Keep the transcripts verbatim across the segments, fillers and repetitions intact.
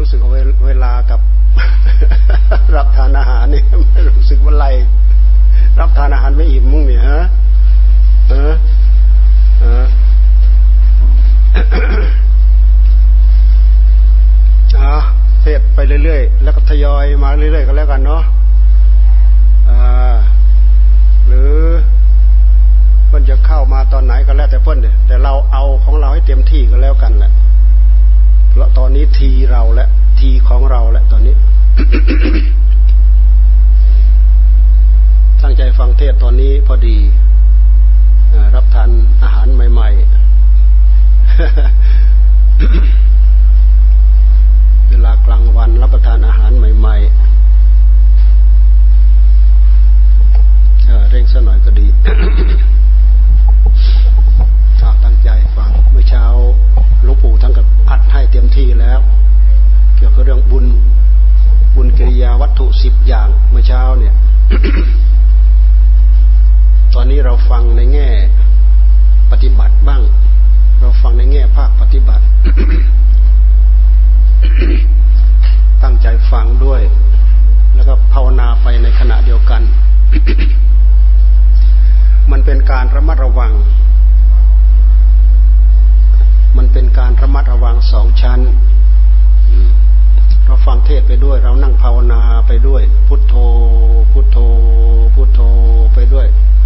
สึกว่าเวลากับรับทานอาหารนี่ไม่รู้สึกว่าไรรับทานอาหารไม่อิ่มมุ่งเนี่ยฮะเออเอออ่ะเทศไปเรื่อยๆแล้วก็ทยอยมาเรื่อยๆก็แล้วกันเนาะอ่าหรือเพิ่นจะเข้ามาตอนไหนก็แล้วแต่เพิ่นเนี่ยแต่เราเอาของเราให้เต็มที่ก็แล้วกันแหละเพราะตอนนี้ทีเราและทีของเราและตอนนี้ ตั้งใจฟังเทศตอนนี้พอดีรับทานอาหารใหม่ๆ เวลากลางวันรับประทานอาหารใหม่ๆเร่งซะหน่อยก็ดี ตั้งใจฟังเมื่อเช้าหลวงปู่ทั้งกับอัดให้เต็มที่แล้วเกี่ยวกับเรื่องบุญบุญกิริยาวัตถุสิบอย่างเมื่อเช้าเนี่ย ตอนนี้เราฟังในแง่ปฏิบัติบ้างเราฟังในแง่ภาคปฏิบัติ ตั้งใจฟังด้วยแล้วก็ภาวนาไปในขณะเดียวกัน มันเป็นการระมัดระวังมันเป็นการระมัดระวังสองชั้นเราฟังเทศไปด้วยเรานั่งภาวนาไปด้วยพุทโธพุทโธพุทโธไปด้วย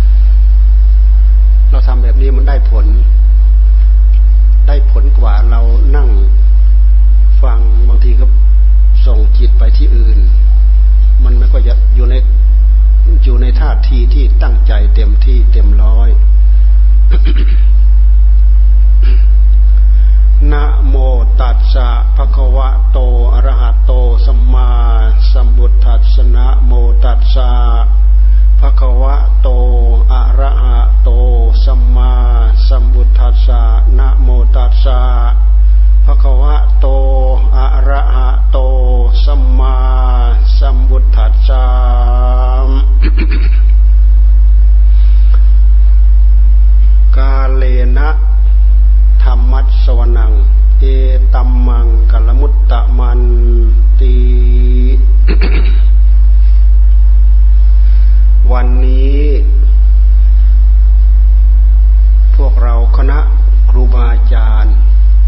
เราทำแบบนี้มันได้ผลได้ผลกว่าเรานั่งฟังบางทีก็ส่งจิตไปที่อื่นมันไม่ค่อยจะอยู่ในอยู่ในท่าทีที่ตั้งใจเต็มที่เต็มร้อย นะโมตัสสะภะคะวะโตอะระหะโตสัมมาสัมพุทธัสสะนะโมตัสสะภะคะวะโตอะระหะโตสัมมาสัมพุทธัสสะนะโมตัสสะภะคะวะโตอะระหะโตสัมมาสัมพุทธัสสะ กาเลนะธรรมัสสวนังเอตัมมังกัลมุตตะมันติ วันนี้พวกเราคณะครูบาอาจารย์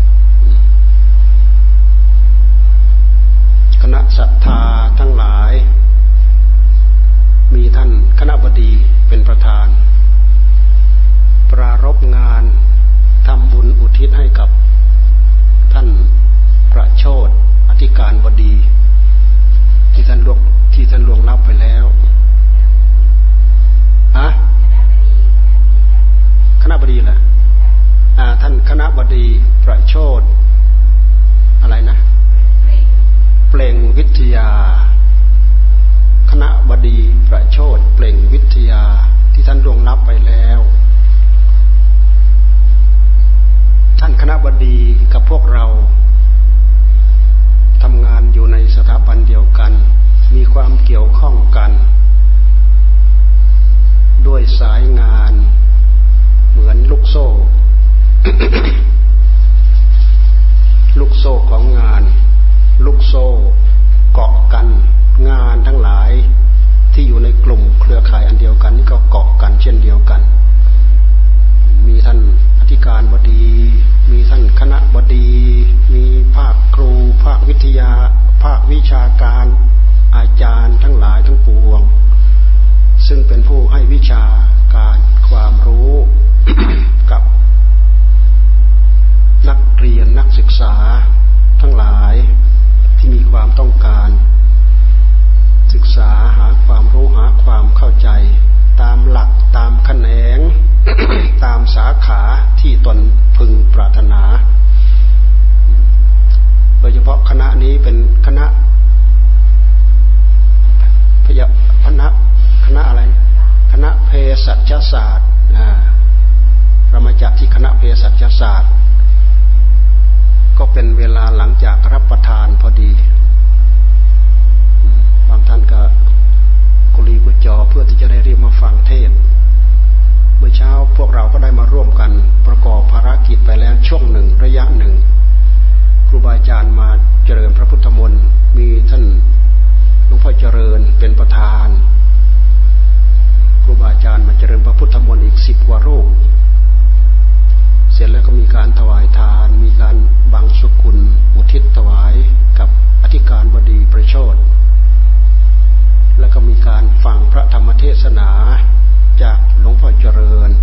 คณะศรัทธาทั้งหลายมีท่านคณบดีเป็นประธานปรารภงานทำบุญอุทิศให้กับท่านประโชติอธิการบดีที่ท่านล่วงที่ท่านล่วงลับไปแล้วฮะคณบดีเหรออ่าท่านคณบดีประโชติอะไรนะเปล่งวิทยาคณบดีประโชติเปล่งวิทยาที่ท่านล่วงลับไปแล้วท่านคณบดีกับพวกเราทำงานอยู่ในสถาบันเดียวกันมีความเกี่ยวข้องกันด้วยสายงานเหมือนลูกโซ่ ลูกโซ่ของงานลูกโซ่เกาะกันงานทั้งหลายที่อยู่ในกลุ่มเครือข่ายอันเดียวกันนี่ก็เกาะกันเช่นเดียวกันมีท่านอธิการบดีมีท่านคณบดีมีภาคครูภาควิทยาภาควิชาการอาจารย์ทั้งหลายทั้งปวงซึ่งเป็นผู้ให้วิชาการความรู้ กับนักเรียนนักศึกษาทั้งหลายที่มีความต้องการศึกษาหาความรู้หาความเข้าใจตามหลักตามแขนง ตามสาขาที่ตนพึงปรารถนาโดยเฉพาะคณะนี้เป็นคณะพยาคณะคณะอะไรคณะเภสัชศาสตร์เรามาจากที่คณะเภสัชศาสตร์ก็เป็นเวลาหลังจากรับประทานพอดีบางท่านก็กุลีกุจอเพื่อที่จะได้รีบมาฟังเทศน์เมื่อเช้าพวกเราก็ได้มาร่วมกันประกอบภารกิจไปแล้วช่วงหนึ่งระยะหนึ่งครูรูบาอาจารย์มาเจริญพระพุทธมนต์มีท่านหลวงพ่อเจริญเป็นประธานครูบาอาจารย์มาเจริญพระพุทธมนต์อีกสิบกว่ารูปเสร็จแล้วก็มีการถวายทานมีการบังสุกุลอุทิศถวายกับอธิการบดีประโชติแล้วก็มีการฟังพระธรรมเทศนาจากหลวงพ่อเจริญ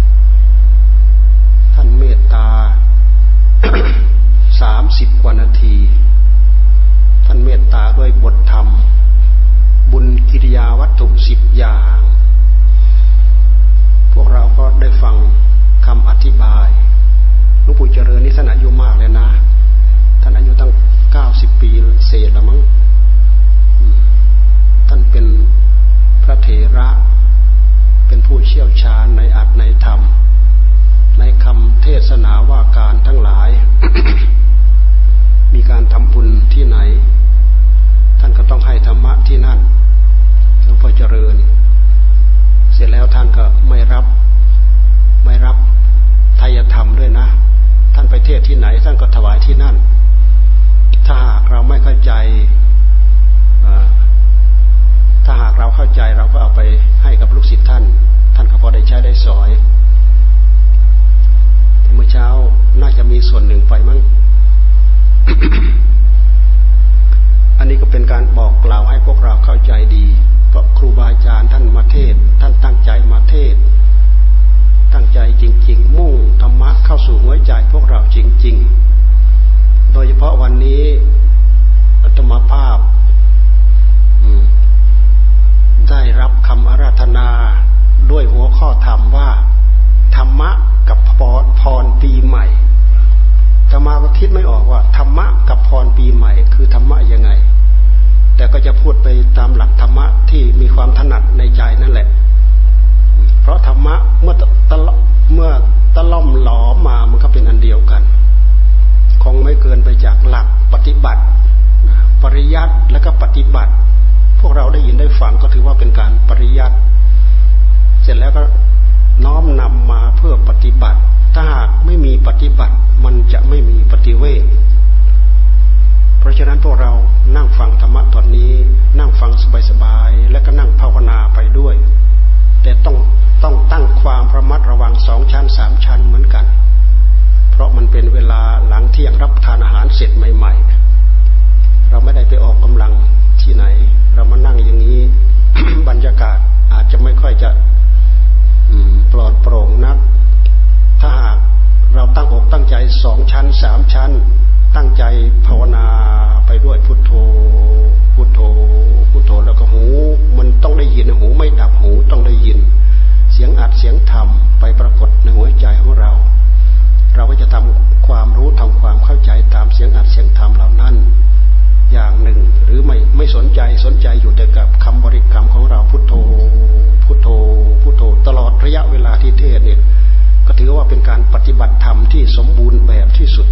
ท่านเมตตา สามสิบกว่านาทีท่านเมตตาด้วยบทธรรมบุญกิริยาวัตถุสิบอย่างพวกเราก็ได้ฟังคำอธิบายหลวงปู่เจริญนี่ท่านอายุมากเลยนะท่านอายุตั้งเก้าสิบปีเศษแล้วมั้งท่านเป็นพระเถระเป็นผู้เชี่ยวชาญในอัตในธรรมในคำเทศนาว่าการทั้งหลาย มีการทำบุญที่ไหนท่านก็ต้องให้ธรรมะที่นั่นหลวงพ่อเจริญเสร็จแล้วท่านก็ไม่รับไม่รับไทยธรรมด้วยนะท่านไปเทศที่ไหนท่านก็ถวายที่นั่นถ้าหากเราไม่เข้าใจถ้าหากเราเข้าใจเราก็เอาไปให้กับลูกศิษย์ท่านท่านก็พอได้ใช้ได้สอยเมื่อเช้าน่าจะมีส่วนหนึ่งไปมั้ง อันนี้ก็เป็นการบอกกล่าวให้พวกเราเข้าใจดีเพราะครูบาอาจารย์ท่านมาเทศท่านตั้งใจมาเทศตั้งใจจริงๆมุ่งธรรมะเข้าสู่หัวใจพวกเราจริงๆโดยเฉพาะวันนี้อาตมาภาพได้รับคำอาราธนาด้วยหัวข้อธรรมว่าธรรมะกับพรพรปีใหม่อาตมาก็คิดไม่ออกว่าธรรมะกับพรปีใหม่คือธรรมะยังไงแต่ก็จะพูดไปตามหลักธรรมะที่มีความถนัดในใจนั่นแหละเพราะธรรมะเมื่อตะเมื่อตะล่อมหลอมมามันก็เป็นอันเดียวกันคงไม่เกินไปจากหลักปฏิบัติปริยัติและก็ปฏิบัติพวกเราได้ยินได้ฟังก็ถือว่าเป็นการปริยัติเสร็จแล้วก็น้อมนำมาเพื่อปฏิบัติถ้าหากไม่มีปฏิบัติมันจะไม่มีปฏิเวทเพราะฉะนั้นพวกเรานั่งฟังธรรมะตอนนี้นั่งฟังสบายๆและก็นั่งภาวนาไปด้วยแต่ต้องต้องตั้งความระมัดระวังสองชั้นสามชั้นเหมือนกันเพราะมันเป็นเวลาหลังเที่ยงรับทานอาหารเสร็จใหม่ๆเราไม่ได้ไปออกกำลังที่ไหนเรามานั่งอย่างนี้ บรรยากาศอาจจะไม่ค่อยจะปลอดโปร่งนักถ้าหากเราตั้งอกตั้งใจสองชั้นสามชั้นตั้งใจภาวนาไปด้วยพุทโธพุทโธพุทโธแล้วก็หูมันต้องได้ยินหูไม่ดับหูต้องได้ยินเสียงอัดเสียงธรรมไปปรากฏในหัวใจของเราเราก็จะทำความรู้ทำความเข้าใจตามเสียงอัดเสียงธรรมเหล่านั้นอย่างหนึ่งหรือไม่ไม่สนใจสนใจอยู่แต่กับคำบริกรรมของเราพุทโธพุทโธพุทโธตลอดระยะเวลาที่เทศเนี่ยก็ถือว่าเป็นการปฏิบัติธรรมที่สมบูรณ์แบบที่สุด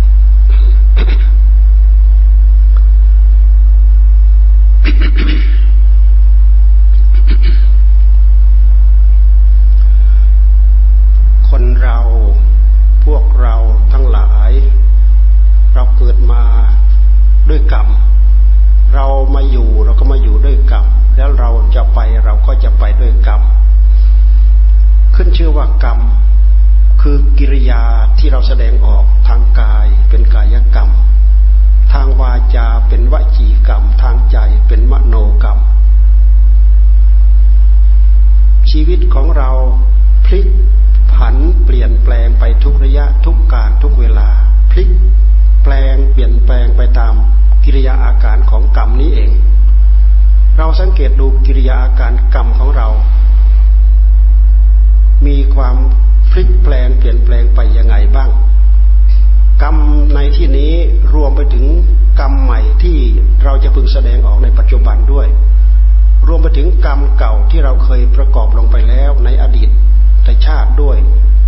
คนเราพวกเราทั้งหลายเราเกิดมาด้วยกรรมเรามาอยู่เราก็มาอยู่ด้วยกรรมแล้วเราจะไปเราก็จะไปด้วยกรรมขึ้นชื่อว่ากรรมคือกิริยาที่เราแสดงออกทางกายเป็นกายกรรมทางวาจาเป็นวจีกรรมทางใจเป็นมโนกรรมชีวิตของเราพลิกผันเปลี่ยนแปลงไปทุกระยะทุกการทุกเวลาพลิกแปลงเปลี่ยนแปลงไปตามกิริยาอาการของกรรมนี้เองเราสังเกตดูกิริยาอาการกรรมของเรามีความพลิกแปลงเปลี่ยนแปลงไปยังไงบ้างกรรมในที่นี้รวมไปถึงกรรมใหม่ที่เราจะพึงแสดงออกในปัจจุบันด้วยรวมไปถึงกรรมเก่าที่เราเคยประกอบลงไปแล้วในอดีตชาติด้วย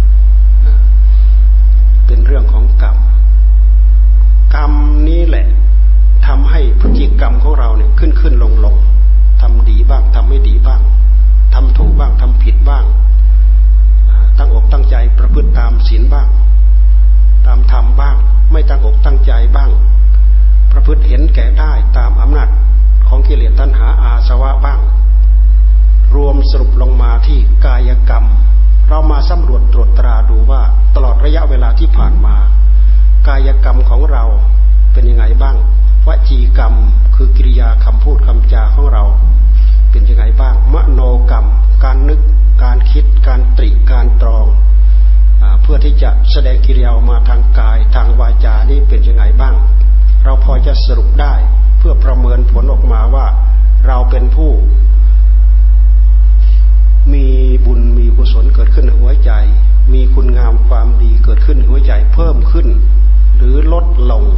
เป็นเรื่องของกรรมกรรมนี้แหละทำให้พฤติกรรมของเราเนี่ยขึ้นขึ้นลงลงทำดีบ้างทำไม่ดีบ้างทำถูกบ้างทำผิดบ้างตั้งอกตั้งใจประพฤติตามศีลบ้างตามธรรมบ้างไม่ตั้งอกตั้งใจบ้างประพฤติเห็นแก่ได้ตามอำนาจของกิเลสตัณหาอาสวะบ้างรวมสรุปลงมาที่กายกรรมเรามาสำรวจตรวจตราดูว่าตลอดระยะเวลาที่ผ่านมากายกรรมของเราเป็นยังไงบ้างวจีกรรมคือกิริยาคำพูดคำจาของเราเป็นยังไงบ้างมโนกรรมการนึกการคิดการตรีการตรองเพื่อที่จะแสดงกิริยาออกมาทางกายทางวาจานี่เป็นยังไงบ้างเราพอจะสรุปได้เพื่อประเมินผลออกมาว่าเราเป็นผู้มีบุญมีกุศลเกิดขึ้นในหัวใจมีคุณงามความดีเกิดขึ้นในหัวใจเพิ่มขึ้นหรือลดลง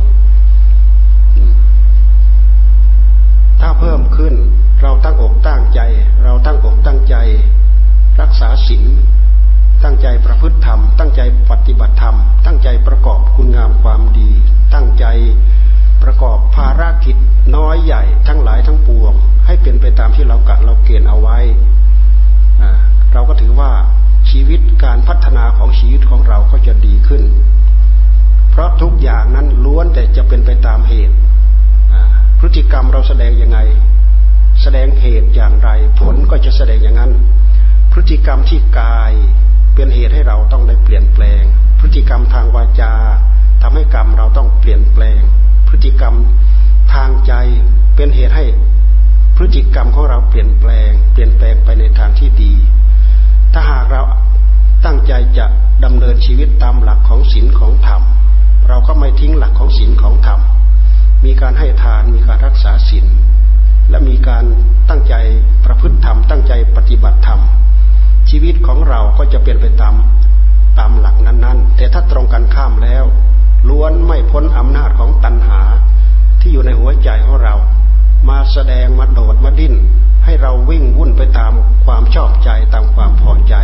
ถ้าเพิ่มขึ้นเราตั้งอกตั้งใจเราตั้งอกตั้งใจรักษาศีลตั้งใจประพฤติธรรมตั้งใจปฏิบัติธรรมตั้งใจประกอบคุณงามความดีตั้งใจประกอบภารกิจน้อยใหญ่ทั้งหลายทั้งปวงให้เป็นไปตามที่เรากะเราเกณฑ์เอาไว้เราก็ถือว่าชีวิตการพัฒนาของชีวิตของเราก็จะดีขึ้นเพราะทุกอย่างนั้นล้วนแต่จะเป็นไปตามเหตุพฤติกรรมเราแสดงยังไงแสดงเหตุอย่างไรผลก็จะแสดงอย่างนั้นพฤติกรรมที่กายเป็นเหตุให้เราต้องได้เปลี่ยนแปลงพฤติกรรมทางวาจาทำให้กรรมเราต้องเปลี่ยนแปลงพฤติกรรมทางใจเป็นเหตุให้พฤติกรรมของเราเปลี่ยนแปลงเปลี่ยนแปลงไปในทางที่ดีถ้าหากเราตั้งใจจะดำเนินชีวิตตามหลักของศีลของธรรมเราก็ไม่ทิ้งหลักของศีลของธรรมมีการให้ทานมีการรักษาศีลและมีการตั้งใจประพฤติธรรมตั้งใจปฏิบัติธรรมชีวิตของเราก็จะเปลี่ยนไปตามตามหลักนั้นๆแต่ถ้าตรงกันข้ามแล้วล้วนไม่พ้นอำนาจของตัณหาที่อยู่ในหัวใจของเรามาแสดงมาโดดมาดิ้นให้เราวิ่งวุ่นไปตามความชอบใจตามความพอใจ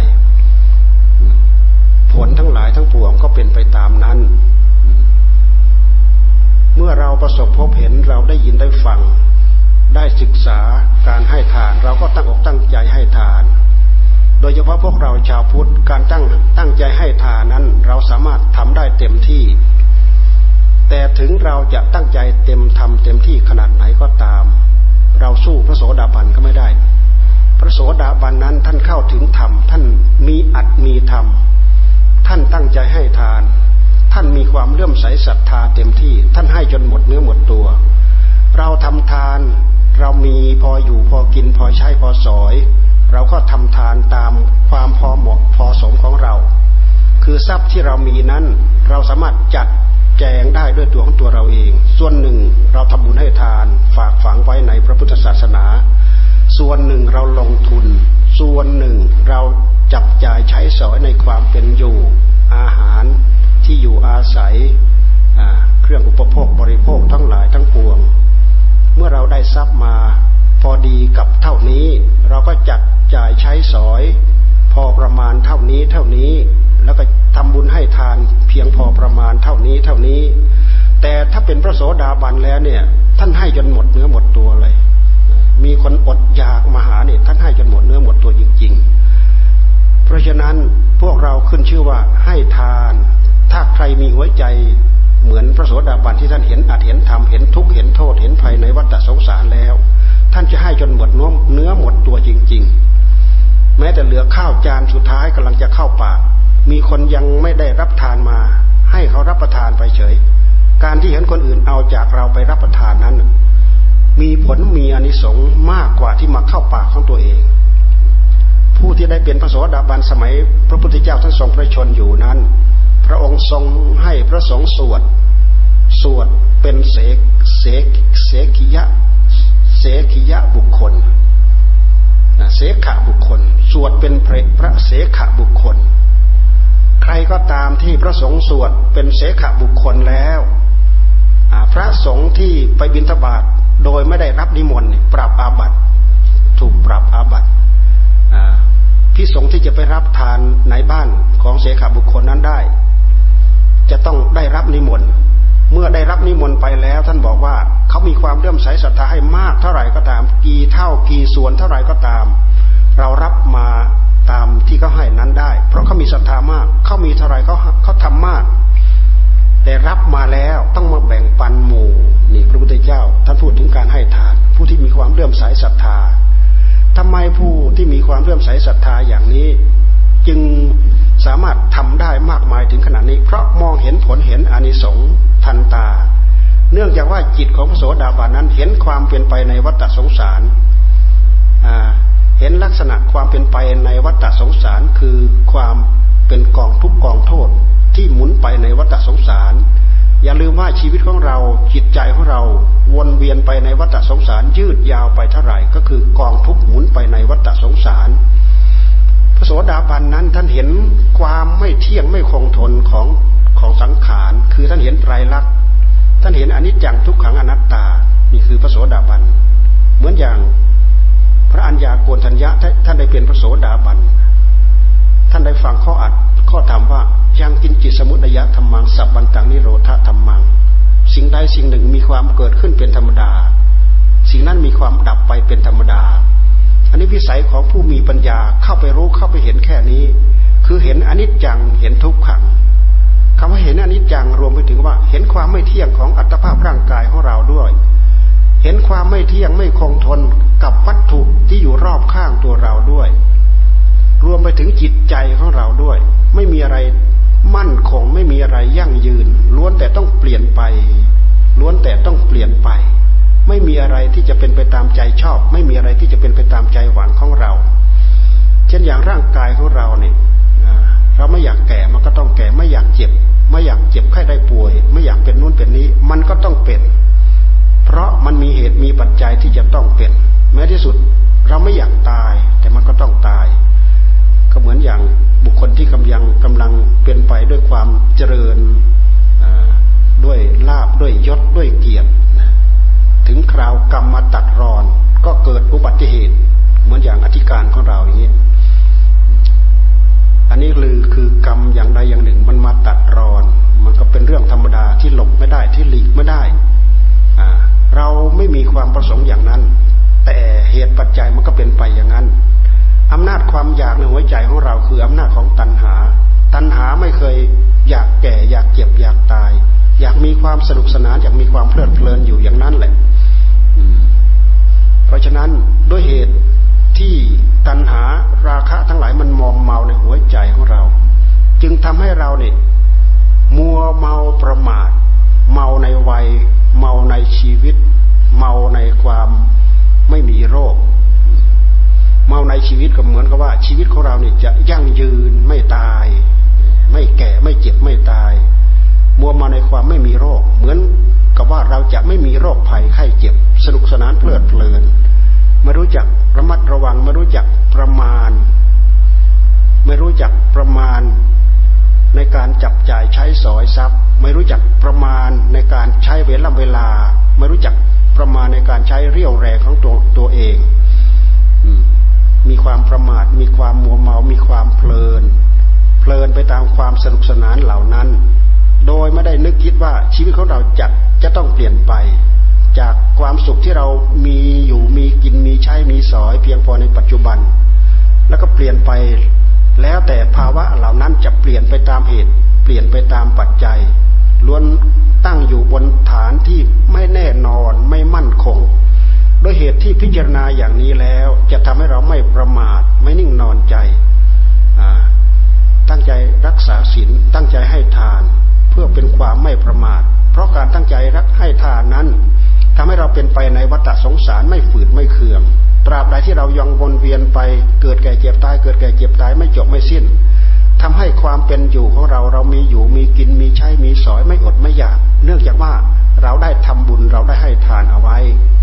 ผลทั้งหลายทั้งปวงก็เป็นไปตามนั้นเมื่อเราประสบพบเห็นเราได้ยินได้ฟังได้ศึกษาการให้ทานเราก็ตั้งอกตั้งใจให้ทานโดยเฉพาะพวกเราชาวพุทธการตั้งตั้งใจให้ทานนั้นเราสามารถทำได้เต็มที่แต่ถึงเราจะตั้งใจเต็มทำเต็มที่ขนาดไหนก็ตามเราสู้พระโสดาบันก็ไม่ได้พระโสดาบันนั้นท่านเข้าถึงธรรมท่านมีอัตมีธรรมท่านตั้งใจให้ทานท่านมีความเลื่อมใสศรัทธาเต็มที่ท่านให้จนหมดเนื้อหมดตัวเราทำทานเรามีพออยู่พอกินพอใช้พอสอยเราก็ทำทานตามความพอเหมาะพอสมของเราคือทรัพย์ที่เรามีนั้นเราสามารถจัดแจงได้ด้วยตัวของตัวเราเองส่วนหนึ่งเราทำบุญให้ทานฝากฝังไว้ในพระพุทธศาสนาส่วนหนึ่งเราลงทุนส่วนหนึ่งเราจับจ่ายใช้สอยในความเป็นอยู่อาหารที่อยู่อาศัยเครื่องอุปโภคบริโภคทั้งหลายทั้งปวงเมื่อเราได้ทรัพย์มาพอดีกับเท่านี้เราก็จัดจ่ายใช้สอยพอประมาณเท่านี้เท่านี้แล้วก็ทำบุญให้ทานเพียงพอประมาณเท่านี้เท่านี้แต่ถ้าเป็นพระโสดาบันแล้วเนี่ยท่านให้จนหมดเนื้อหมดตัวเลยมีคนอดอยากมาหาเนี่ยท่านให้จนหมดเนื้อหมดตัวจริงๆเพราะฉะนั้นพวกเราขึ้นชื่อว่าให้ทานถ้าใครมีหัวใจเหมือนพระโสดาบันที่ท่านเห็นอัตเห็นธรรมเห็นทุกข์เห็นโทษเห็นภัยในวัฏสงสารแล้วท่านจะให้จนหมดเนื้อหมดตัวจริงๆแม้แต่เหลือข้าวจานสุดท้ายกำลังจะเข้าปากมีคนยังไม่ได้รับทานมาให้เขารับประทานไปเฉยการที่เห็นคนอื่นเอาจากเราไปรับประทานนั้นมีผลมีอานิสงส์มากกว่าที่มาเข้าปากของตัวเองผู้ที่ได้เป็นพระโสดาบันสมัยพระพุทธเจ้าท่านทรงพระชนอยู่นั้นพระองค์ทรงให้พระสงฆ์สวดสวดเป็นเสกเสกเสกิยะเสกิยะบุคคลเสขะบุคคลสวดเป็นพระเสขะบุคคลใครก็ตามที่พระสงฆ์สวดเป็นเสขะบุคคลแล้วพระสงฆ์ที่ไปบิณฑบาตโดยไม่ได้รับนิมนต์ปรับอาบัติถูกปรับอาบัติภิกษุที่จะไปรับทานในบ้านของเสขะบุคคลนั้นได้จะต้องได้รับนิมนต์เมื่อได้รับนิมนต์ไปแล้วท่านบอกว่าเขามีความเลื่อมใสศรัทธาให้มากเท่าไหร่ก็ตามกี่เท่ากี่ส่วนเท่าไหร่ก็ตามเรารับมาตามที่เขาให้นั้นได้เพราะเขามีศรัทธามากเขามีเท่าไหร่เขาเขาทำมากแต่แต่รับมาแล้วต้องมาแบ่งปันหมู่นี่พระพุทธเจ้าท่านพูดถึงการให้ทานผู้ที่มีความเลื่อมใสศรัทธาทำไมผู้ที่มีความเลื่อมใสศรัทธาอย่างนี้จึงสามารถทำได้มากมายถึงขนาดนี้เพราะมองเห็นผลเห็นอานิสงส์ทันตาเนื่องจากว่าจิตของพระโสดาบันนั้นเห็นความเป็นไปในวัฏสงสารเห็นลักษณะความเป็นไปในวัฏสงสารคือความเป็นกองทุกข์กองโทษที่หมุนไปในวัฏสงสารอย่าลืมว่าชีวิตของเราจิตใจของเราวนเวียนไปในวัฏสงสารยืดยาวไปเท่าไหร่ก็คือกองทุกข์หมุนไปในวัฏสงสารพระโสดาบันนั้นท่านเห็นความไม่เที่ยงไม่คงทนของของสังขารคือท่านเห็นไตรลักษณ์ท่านเห็นอนิจจังทุกขังอนัตตานี่คือพระโสดาบันเหมือนอย่างพระอัญญาโกณฑัญญะท่านได้เป็นพระโสดาบันท่านได้ฟังข้ออัดข้อธรรมว่ายังกินจิตสมุทัยธรรมังสัพพันตังนิโรธธรรมังสิ่งใดสิ่งหนึ่งมีความเกิดขึ้นเป็นธรรมดาสิ่งนั้นมีความดับไปเป็นธรรมดาอันนี้วิสัยของผู้มีปัญญาเข้าไปรู้เข้าไปเห็นแค่นี้คือเห็นอนิจจังเห็นทุกขังคำว่าเห็นอนิจจังรวมไปถึงว่าเห็นความไม่เที่ยงของอัตภาพร่างกายของเราด้วยเห็นความไม่เที่ยงไม่คงทนกับวัตถุที่อยู่รอบข้างตัวเราด้วยรวมไปถึงจิตใจของเราด้วยไม่มีอะไรมั่นคงไม่มีอะไรยั่งยืนล้วนแต่ต้องเปลี่ยนไปล้วนแต่ต้องเปลี่ยนไปไม่มีอะไรที่จะเป็นไปตามใจชอบไม่มีอะไรที่จะเป็นไปตามใจหวังของเราเช่นอย่างร่างกายของเราเนี่ยเราไม่อยากแก่มันก็ต้องแก่ไม่อยากเจ็บไม่อยากเจ็บไข้ได้ป่วยไม่อยากเป็นนู่นเป็นนี้มันก็ต้องเป็นเพราะมันมีเหตุมีปัจจัยที่จะต้องเป็นแม้ที่สุดเราไม่อยากตายแต่มันก็ต้องตายก็เหมือนอย่างบุคคลที่กำลังกำลังเป็นไปด้วยความเจริญด้วยลาภด้วยยศด้วยเกียรติถึงคราวกรรมมาตัดรอนก็เกิดอุบัติเหตุเหมือนอย่างอธิการของเราอย่างนี้อันนี้คือคือกรรมอย่างใดอย่างหนึ่งมันมาตัดรอนมันก็เป็นเรื่องธรรมดาที่หลบไม่ได้ที่หลีกไม่ได้เราไม่มีความประสงค์อย่างนั้นแต่เหตุปัจจัยมันก็เป็นไปอย่างนั้นอำนาจความอยากในหัวใจของเราคืออำนาจของตัณหาตัณหาไม่เคยอยากแก่อยากเจ็บอยากตายอยากมีความสนุกสนานอยากมีความเพลิดเพลินอยู่อย่างนั้นแหละเพราะฉะนั้นด้วยเหตุที่ตัณหาราคะทั้งหลายมันมอมเมาในหัวใจของเราจึงทำให้เราเนี่ยมัวเมาประมาทเมาในวัยเมาในชีวิตเมาในความไม่มีโรคเมาในชีวิตก็เหมือนกับว่าชีวิตของเราเนี่ยจะยั่งยืนไม่ตายไม่แก่ไม่เจ็บไม่ตายมัวเมาในความไม่มีโรคเหมือนกับว่าเราจะไม่มีโรคภัยไข้เจ็บสนุกสนานเพลิดเพลินไม่รู้จักระมัดระวังไม่รู้จักประมาณไม่รู้จักประมาณในการจับจ่ายใช้สอยทรัพย์ไม่รู้จักประมาณในการใช้เวลาเวลาไม่รู้จักประมาณในการใช้เรี่ยวแรงของตัวตัวเองมีความประมาทมีความมัวเมามีความเพลินเพลินไปตามความสนุกสนานเหล่านั้นโดยไม่ได้นึกคิดว่าชีวิตของเราจะจะต้องเปลี่ยนไปจากความสุขที่เรามีอยู่มีกินมีใช้มีสอยเพียงพอในปัจจุบันแล้วก็เปลี่ยนไปแล้วแต่ภาวะเหล่านั้นจะเปลี่ยนไปตามเหตุเปลี่ยนไปตามปัจจัยล้วนตั้งอยู่บนฐานที่ไม่แน่นอนไม่มั่นคงด้วยเหตุที่พิจารณาอย่างนี้แล้วจะทำให้เราไม่ประมาทไม่นิ่งนอนใจตั้งใจรักษาศีลตั้งใจให้ทานเพื่อเป็นความไม่ประมาทเพราะการตั้งใจรักให้ทานนั้นทำให้เราเป็นไปในวัฏสงสารไม่ฝืดไม่เคืองตราบใดที่เรายังวนเวียนไปเกิดแก่เจ็บตายเกิดแก่เจ็บตายไม่จบไม่สิ้นทำให้ความเป็นอยู่ของเราเรามีอยู่มีกินมีใช้มีสอยไม่อดไม่อยากเนื่องจากว่าเราได้ทำบุญเราได้ให้ทานเอาไว้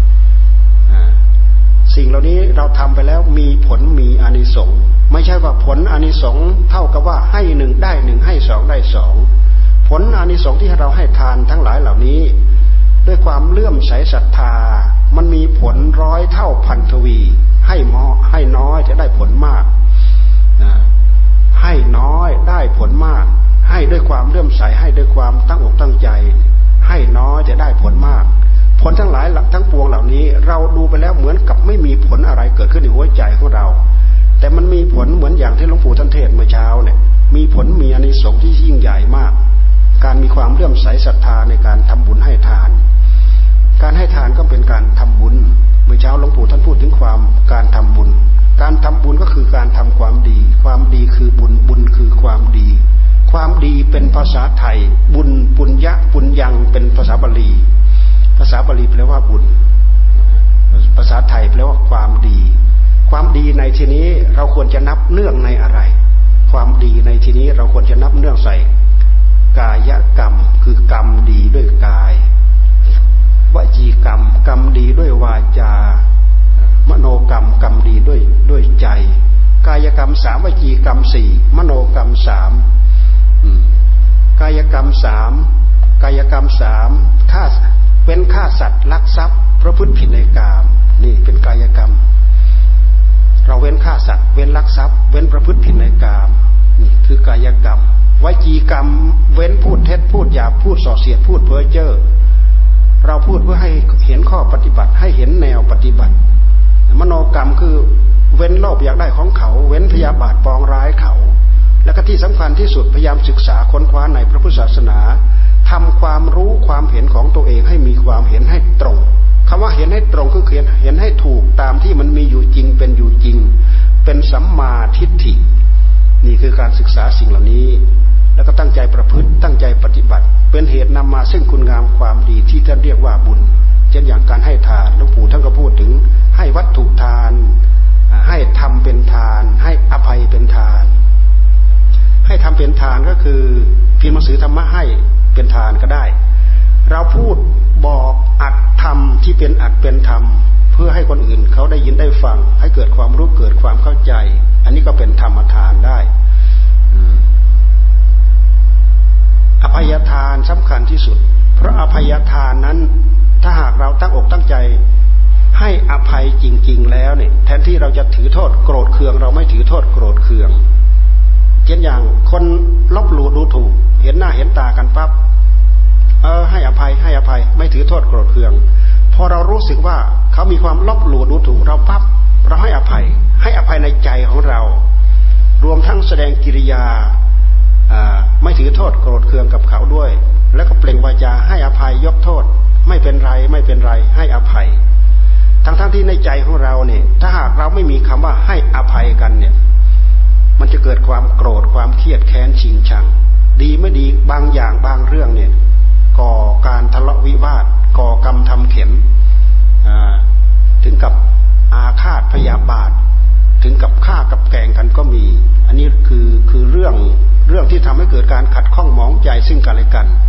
สิ่งเหล่านี้เราทำไปแล้วมีผลมีอานิสงส์ไม่ใช่ว่าผลอานิสงส์เท่ากับว่าให้หนึ่งได้หนึ่งให้สองได้สองผลอานิสงส์ที่เราให้ทานทั้งหลายเหล่านี้ด้วยความเลื่อมใสศรัทธามันมีผลร้อยเท่าพันทวีให้มอให้น้อยจะได้ผลมากให้น้อยได้ผลมากให้ด้วยความเลื่อมใสให้ด้วยความตั้งอกตั้งใจให้น้อยจะได้ผลมากผลทั้งหลายทั้งปวงเหล่านี้เราดูไปแล้วเหมือนกับไม่มีผลอะไรเกิดขึ้นในหัวใจของเราแต่มันมีผลเหมือนอย่างที่หลวงปู่ท่านเทศน์เมื่อเช้าเนี่ยมีผลมีอานิสงส์ที่ยิ่งใหญ่มากการมีความเลื่อมใสศรัทธาในการทำบุญให้ทานการให้ทานก็เป็นการทำบุญเมื่อเช้าหลวงปู่ท่านพูดถึงความการทำบุญการทำบุญก็คือการทำความดีความดีคือบุญบุญคือความดีความดีเป็นภาษาไทยบุญปุญญะปุญญังเป็นภาษาบาลีภาษาบาลีแปลว่าบุญภาษาไทยแปลว่าความดีความดีในที่นี้เราควรจะนับเนื่องในอะไรความดีในที่นี้เราควรจะนับเนื่องใส่กายกรรมคือกรรมดีด้วยกายวจีกรรมกรรมดีด้วยวาจามโนกรรมกรรมดีด้วยด้วยใจกายกรรมสามวจีกรรมสี่มโนกรรมสามกายกรรมสามกายกรรมสามฆ่าเป็นฆ่าสัตว์ลักทรัพย์ประพฤติผิดในกามนี่เป็นกายกรรมเราเว้นฆ่าสัตว์เว้นลักทรัพย์เว้นประพฤติผิดในกามนี่คือกายกรรมวจีกรรมเว้นพูดเท็จพูดหยาบพูดส่อเสียดพูดเพ้อเจ้อเราพูดเพื่อให้เห็นข้อปฏิบัติให้เห็นแนวปฏิบัติมโนกรรมคือเว้นโลภอยากได้ของเขาเว้นพยาบาทปองร้ายเขาและก็ที่สำคัญที่สุดพยายามศึกษาค้นคว้าในพระพุทธศาสนาทำความรู้ความเห็นของตัวเองให้มีความเห็นให้ตรงคำว่าเห็นให้ตรงคือเห็นเห็นให้ถูกตามที่มันมีอยู่จริงเป็นอยู่จริงเป็นสัมมาทิฏฐินี่คือการศึกษาสิ่งเหล่านี้แล้วก็ตั้งใจประพฤติตั้งใจปฏิบัติเป็นเหตุนำมาซึ่งคุณงามความดีที่ท่านเรียกว่าบุญเช่นอย่างการให้ทานหลวงปู่ท่านก็พูดถึงให้วัตถุทานให้ทำเป็นทานให้อภัยเป็นทานให้ทำเป็นทานก็คือพิมพ์หนังสือธรรมะให้เป็นทานก็ได้เราพูดบอกอัดธรรมที่เป็นอัดเป็นธรรมเพื่อให้คนอื่นเขาได้ยินได้ฟังให้เกิดความรู้เกิดความเข้าใจอันนี้ก็เป็นธรรมทานได้อภัยทานสำคัญที่สุดเพราะอภัยทานนั้นถ้าหากเราตั้งอกตั้งใจให้อภัยจริงๆแล้วเนี่ยแทนที่เราจะถือโทษโกรธเคืองเราไม่ถือโทษโกรธเคืองเช่นอย่างคนลบหลู่ดูถูกเห็นหน้าเห็นตากันปั๊บเออให้อภัยให้อภัยไม่ถือโทษโกรธเคืองพอเรารู้สึกว่าเขามีความลบหลู่ดูถูกเราปั๊บเราให้อภัยให้อภัยในใจของเรารวมทั้งแสดงกิริยาไม่ถือโทษโกรธเคืองกับเขาด้วยแล้วก็เปล่งวาจาให้อภัยยกโทษไม่เป็นไรไม่เป็นไรให้อภัยทั้งๆ ท, ที่ในใจของเราเนี่ยถ้าหากเราไม่มีคำว่าให้อภัยกันเนี่ยมันจะเกิดความโกรธความเครียดแค้นชิงชังดีไม่ดีบางอย่างบางเรื่องเนี่ยก่อการทะเลาะวิวาทก่อกรรมทำเข็มถึงกับอาฆาตพยาบาทถึงกับฆ่ากับแกล้งกันก็มีอันนี้คือคือเรื่องเรื่องที่ทำให้เกิดการขัดข้องหมองใจซึ่งกันและกัน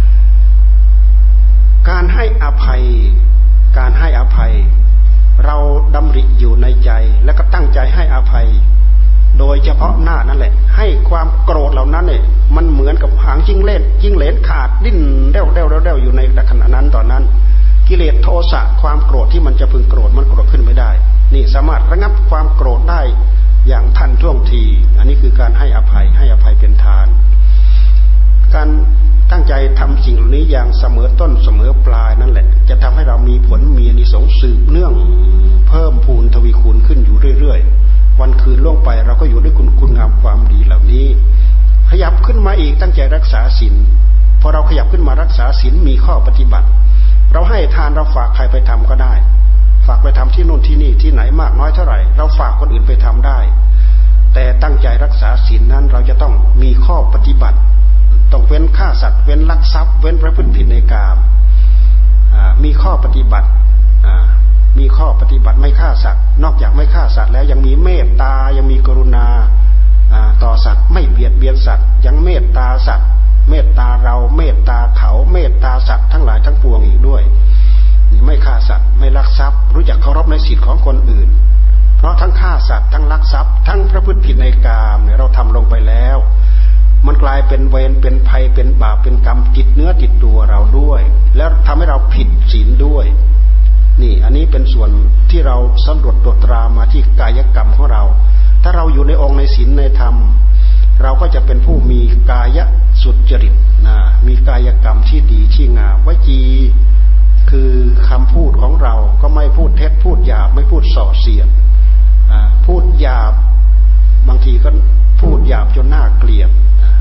การให้อภัยการให้อภัยเราดำริอยู่ในใจและก็ตั้งใจให้อภัยโดยเฉพาะหน้านั่นแหละให้ความโกรธเหล่านั้นเนี่ยมันเหมือนกับหางจิ้งเล่นจิ้งเหลนขาดดิ้นเด้วเด้วเด้วอยู่ในขณะนั้นตอนนั้นกิเลสโทสะความโกรธที่มันจะพึงโกรธมันโกรธขึ้นไม่ได้นี่สามารถระงับความโกรธได้อย่างทันท่วงทีอันนี้คือการให้อภัยให้อภัยเป็นทานการตั้งใจทำสิ่งเหล่านี้อย่างเสมอต้นเสมอปลายนั่นแหละจะทำให้เรามีผลมีอานิสงส์สืบเนื่องเพิ่มพูนทวีคูณขึ้นอยู่เรื่อยๆวันคืนล่วงไปเราก็อยู่ด้วยคุณคุณงามความดีเหล่านี้ขยับขึ้นมาอีกตั้งใจรักษาศีลพอเราขยับขึ้นมารักษาศีลมีข้อปฏิบัติเราให้ทานเราฝากใครไปทำก็ได้ฝากไปทำที่นู่นที่นี่ที่ไหนมากน้อยเท่าไหร่เราฝากคนอื่นไปทำได้แต่ตั้งใจรักษาศีลนั้นเราจะต้องมีข้อปฏิบัติต้องเว้นฆ่าสัตว์เว้นลักทรัพย์เว้นประพฤติผิดในกามมีข้อปฏิบัติมีข้อปฏิบัติไม่ฆ่าสัตว์นอกจากไม่ฆ่าสัตว์แล้วยังมีเมตตายังมีกรุณาต่อสัตว์ไม่เบียดเบียนสัตว์ยังเมตตาสัตว์เมตตาเราเมตตาเขาเมตตาสัตว์ทั้งหลายทั้งปวงอีกด้วยไม่ฆ่าสัตว์ไม่ลักทรัพย์รู้จักเคารพในสิทธิของคนอื่นเพราะทั้งฆ่าสัตว์ทั้งลักทรัพย์ทั้งประพฤติผิดในกามเนี่ยเราทำลงไปแล้วมันกลายเป็นเวรเป็นภัยเป็นบาปเป็นกรรมติดเนื้อติดตัวเราด้วยแล้วทำให้เราผิดศีลด้วยนี่อันนี้เป็นส่วนที่เราสำรวจตรวจตรามาที่กายกรรมของเราถ้าเราอยู่ในองค์ในศีลในธรรมเราก็จะเป็นผู้มีกายสุจริตนะมีกายกรรมที่ดีที่งามวจีคือคำพูดของเราก็ไม่พูดเท็จพูดหยาบไม่พูดส่อเสียดพูดหยาบบางทีก็พูดหยาบจนน่าเกลียดพูด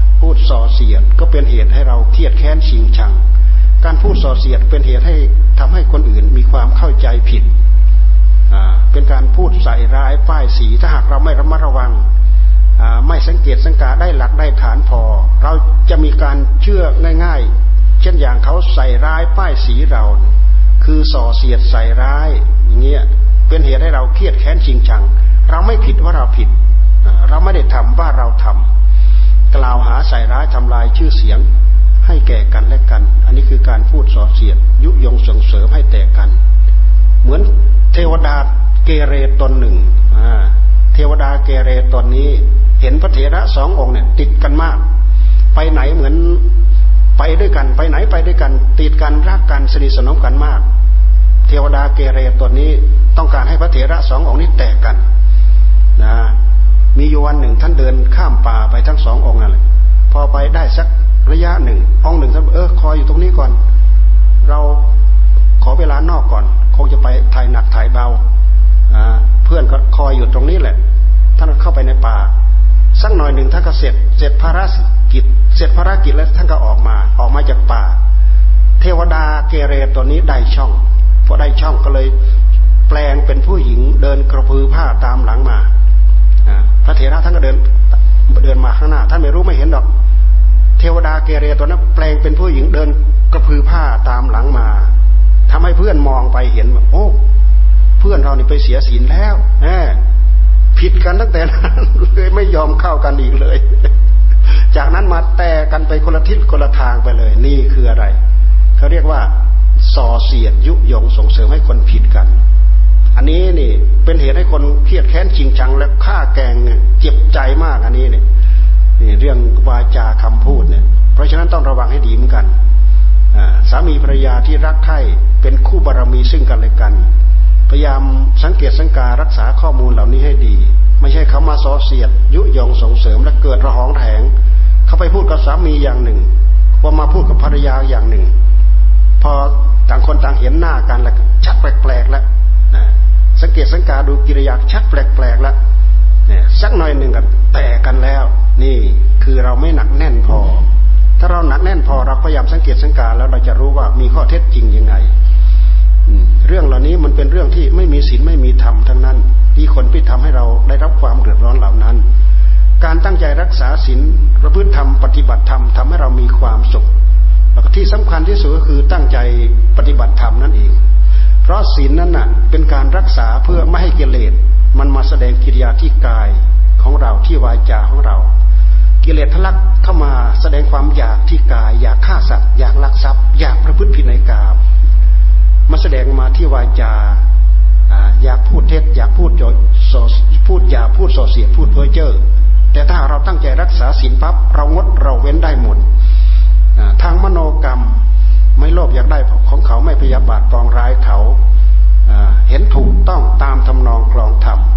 ส่อเสียดก็เป็นเหตุให้เราเครียดแค้นชิงชังการพูดส่อเสียดเป็นเหตุให้ทำให้คนอื่นมีความเข้าใจผิดเป็นการพูดใส่ร้ายป้ายสีถ้าหากเราไม่ระมัดระวังไม่สังเกตสังกาได้หลักได้ฐานพอเราจะมีการเชื่อง่ายๆเช่นอย่างเขาใส่ร้ายป้ายสีเราคือส่อเสียดใส่ร้ายอย่างเงี้ยเป็นเหตุให้เราเครียดแค้นชิงชังเราไม่ผิดว่าเราผิดเราไม่ได้ทำว่าเราทำกล่าวหาใส่ร้ายทำลายชื่อเสียงให้แก่กันและกันอันนี้คือการพูดส่อเสียดยุยงส่งเสริมให้แตกกันเหมือนเทวดาเกเรตนหนึ่งเทวดาเกเรตนนี้เห็นพระเถระสององค์เนี่ยติดกันมากไปไหนเหมือนไปด้วยกันไปไหนไปด้วยกันติดกันรักกันสนิทสนมกันมากเทวดาเกเรตนนี้ต้องการให้พระเถระสององค์นี้แตกกันนะมีอยู่วันหนึ่งท่านเดินข้ามป่าไปทั้งสององค์นั่นแหละพอไปได้สักระยะหนึ่งองค์หนึ่งท่านเออคอยอยู่ตรงนี้ก่อนเราขอเวลานอกก่อนคงจะไปถ่ายหนักถ่ายเบาเพื่อนก็คอยอยู่ตรงนี้แหละท่านเข้าไปในป่าสักหน่อยหนึ่งท่านก็เสร็จเสร็จภารกิจเสร็จภารกิจแล้วท่านก็ออกมาออกมาจากป่าเทวดาเกเรตัวนี้ได้ช่องพอได้ช่องก็เลยแปลงเป็นผู้หญิงเดินกระพือผ้าตามหลังมาพระเถระท่านก็เดินเดินมาข้างหน้าท่านไม่รู้ไม่เห็นหรอกเทวดาเกเรตัวนั้นแปลงเป็นผู้หญิงเดินกระพือผ้าตามหลังมาทำให้เพื่อนมองไปเห็นว่าโอ้เพื่อนเรานี่ไปเสียศีลแล้วแหมผิดกันตั้งแต่นั้นเลยไม่ยอมเข้ากันอีกเลยจากนั้นมาแตกกันไปคนละทิศคนละทางไปเลยนี่คืออะไรเขาเรียกว่าส่อเสียดยุยงส่งเสริมให้คนผิดกันอันนี้นี่เป็นเหตุให้คนเครียดแค้นชิงชังและฆ่าแกงเจ็บใจมากอันนี้เนี่ยนี่เรื่องวาจาคำพูดเนี่ยเพราะฉะนั้นต้องระวังให้ดีเหมือนกันสามีภรรยาที่รักใคร่เป็นคู่บารมีซึ่งกันและกันพยายามสังเกตสังการรักษาข้อมูลเหล่านี้ให้ดีไม่ใช่เขามาส่อเสียดยุยงส่งเสริมและเกิดระหองแถงเขาไปพูดกับสามีอย่างหนึ่งพอมาพูดกับภรรยาอย่างหนึ่งพอต่างคนต่างเห็นหน้ากันแล้วชักแปลกๆแล้วสังเกตสังการดูกิริยาชักแปลกๆแล้วเนี่ยสักหน่อยหนึ่งกันแตกกันแล้วนี่คือเราไม่หนักแน่นพอถ้าเราหนักแน่นพอเราพยายามสังเกตสังการแล้วเราจะรู้ว่ามีข้อเท็จจริงยังไงเรื่องเหล่านี้มันเป็นเรื่องที่ไม่มีศีลไม่มีธรรมทั้งนั้นที่คนที่ทำให้เราได้รับความเดือดร้อนเหล่านั้นการตั้งใจรักษาศีลประพฤติธรรมปฏิบัติธรรมทำให้เรามีความสุขแล้วก็ที่สำคัญที่สุดก็คือตั้งใจปฏิบัติธรรมนั่นเองเพราะศีลนั้นน่ะเป็นการรักษาเพื่อไม่ให้กิเลสมันมาแสดงกิริยาที่กายของเราที่วาจาของเรากิเลสทะลักเข้ามาแสดงความอยากที่กายอยากฆ่าสัตว์อยากลักทรัพย์อยากประพฤติผิดในกามมาแสดงมาที่วาจาอยากพูดเท็จอยากพูดโจพูดหยาพูดส่อเสียดพูดเพ้อเจ้อแต่ถ้าเราตั้งใจรักษาศีลปั๊บเรางดเราเว้นได้หมดทางมโนกรรมไม่โลภอยากได้ของเขาไม่พยาบาทปองร้ายเขาเห็นถูกต้องตามทำนองคลองธรรม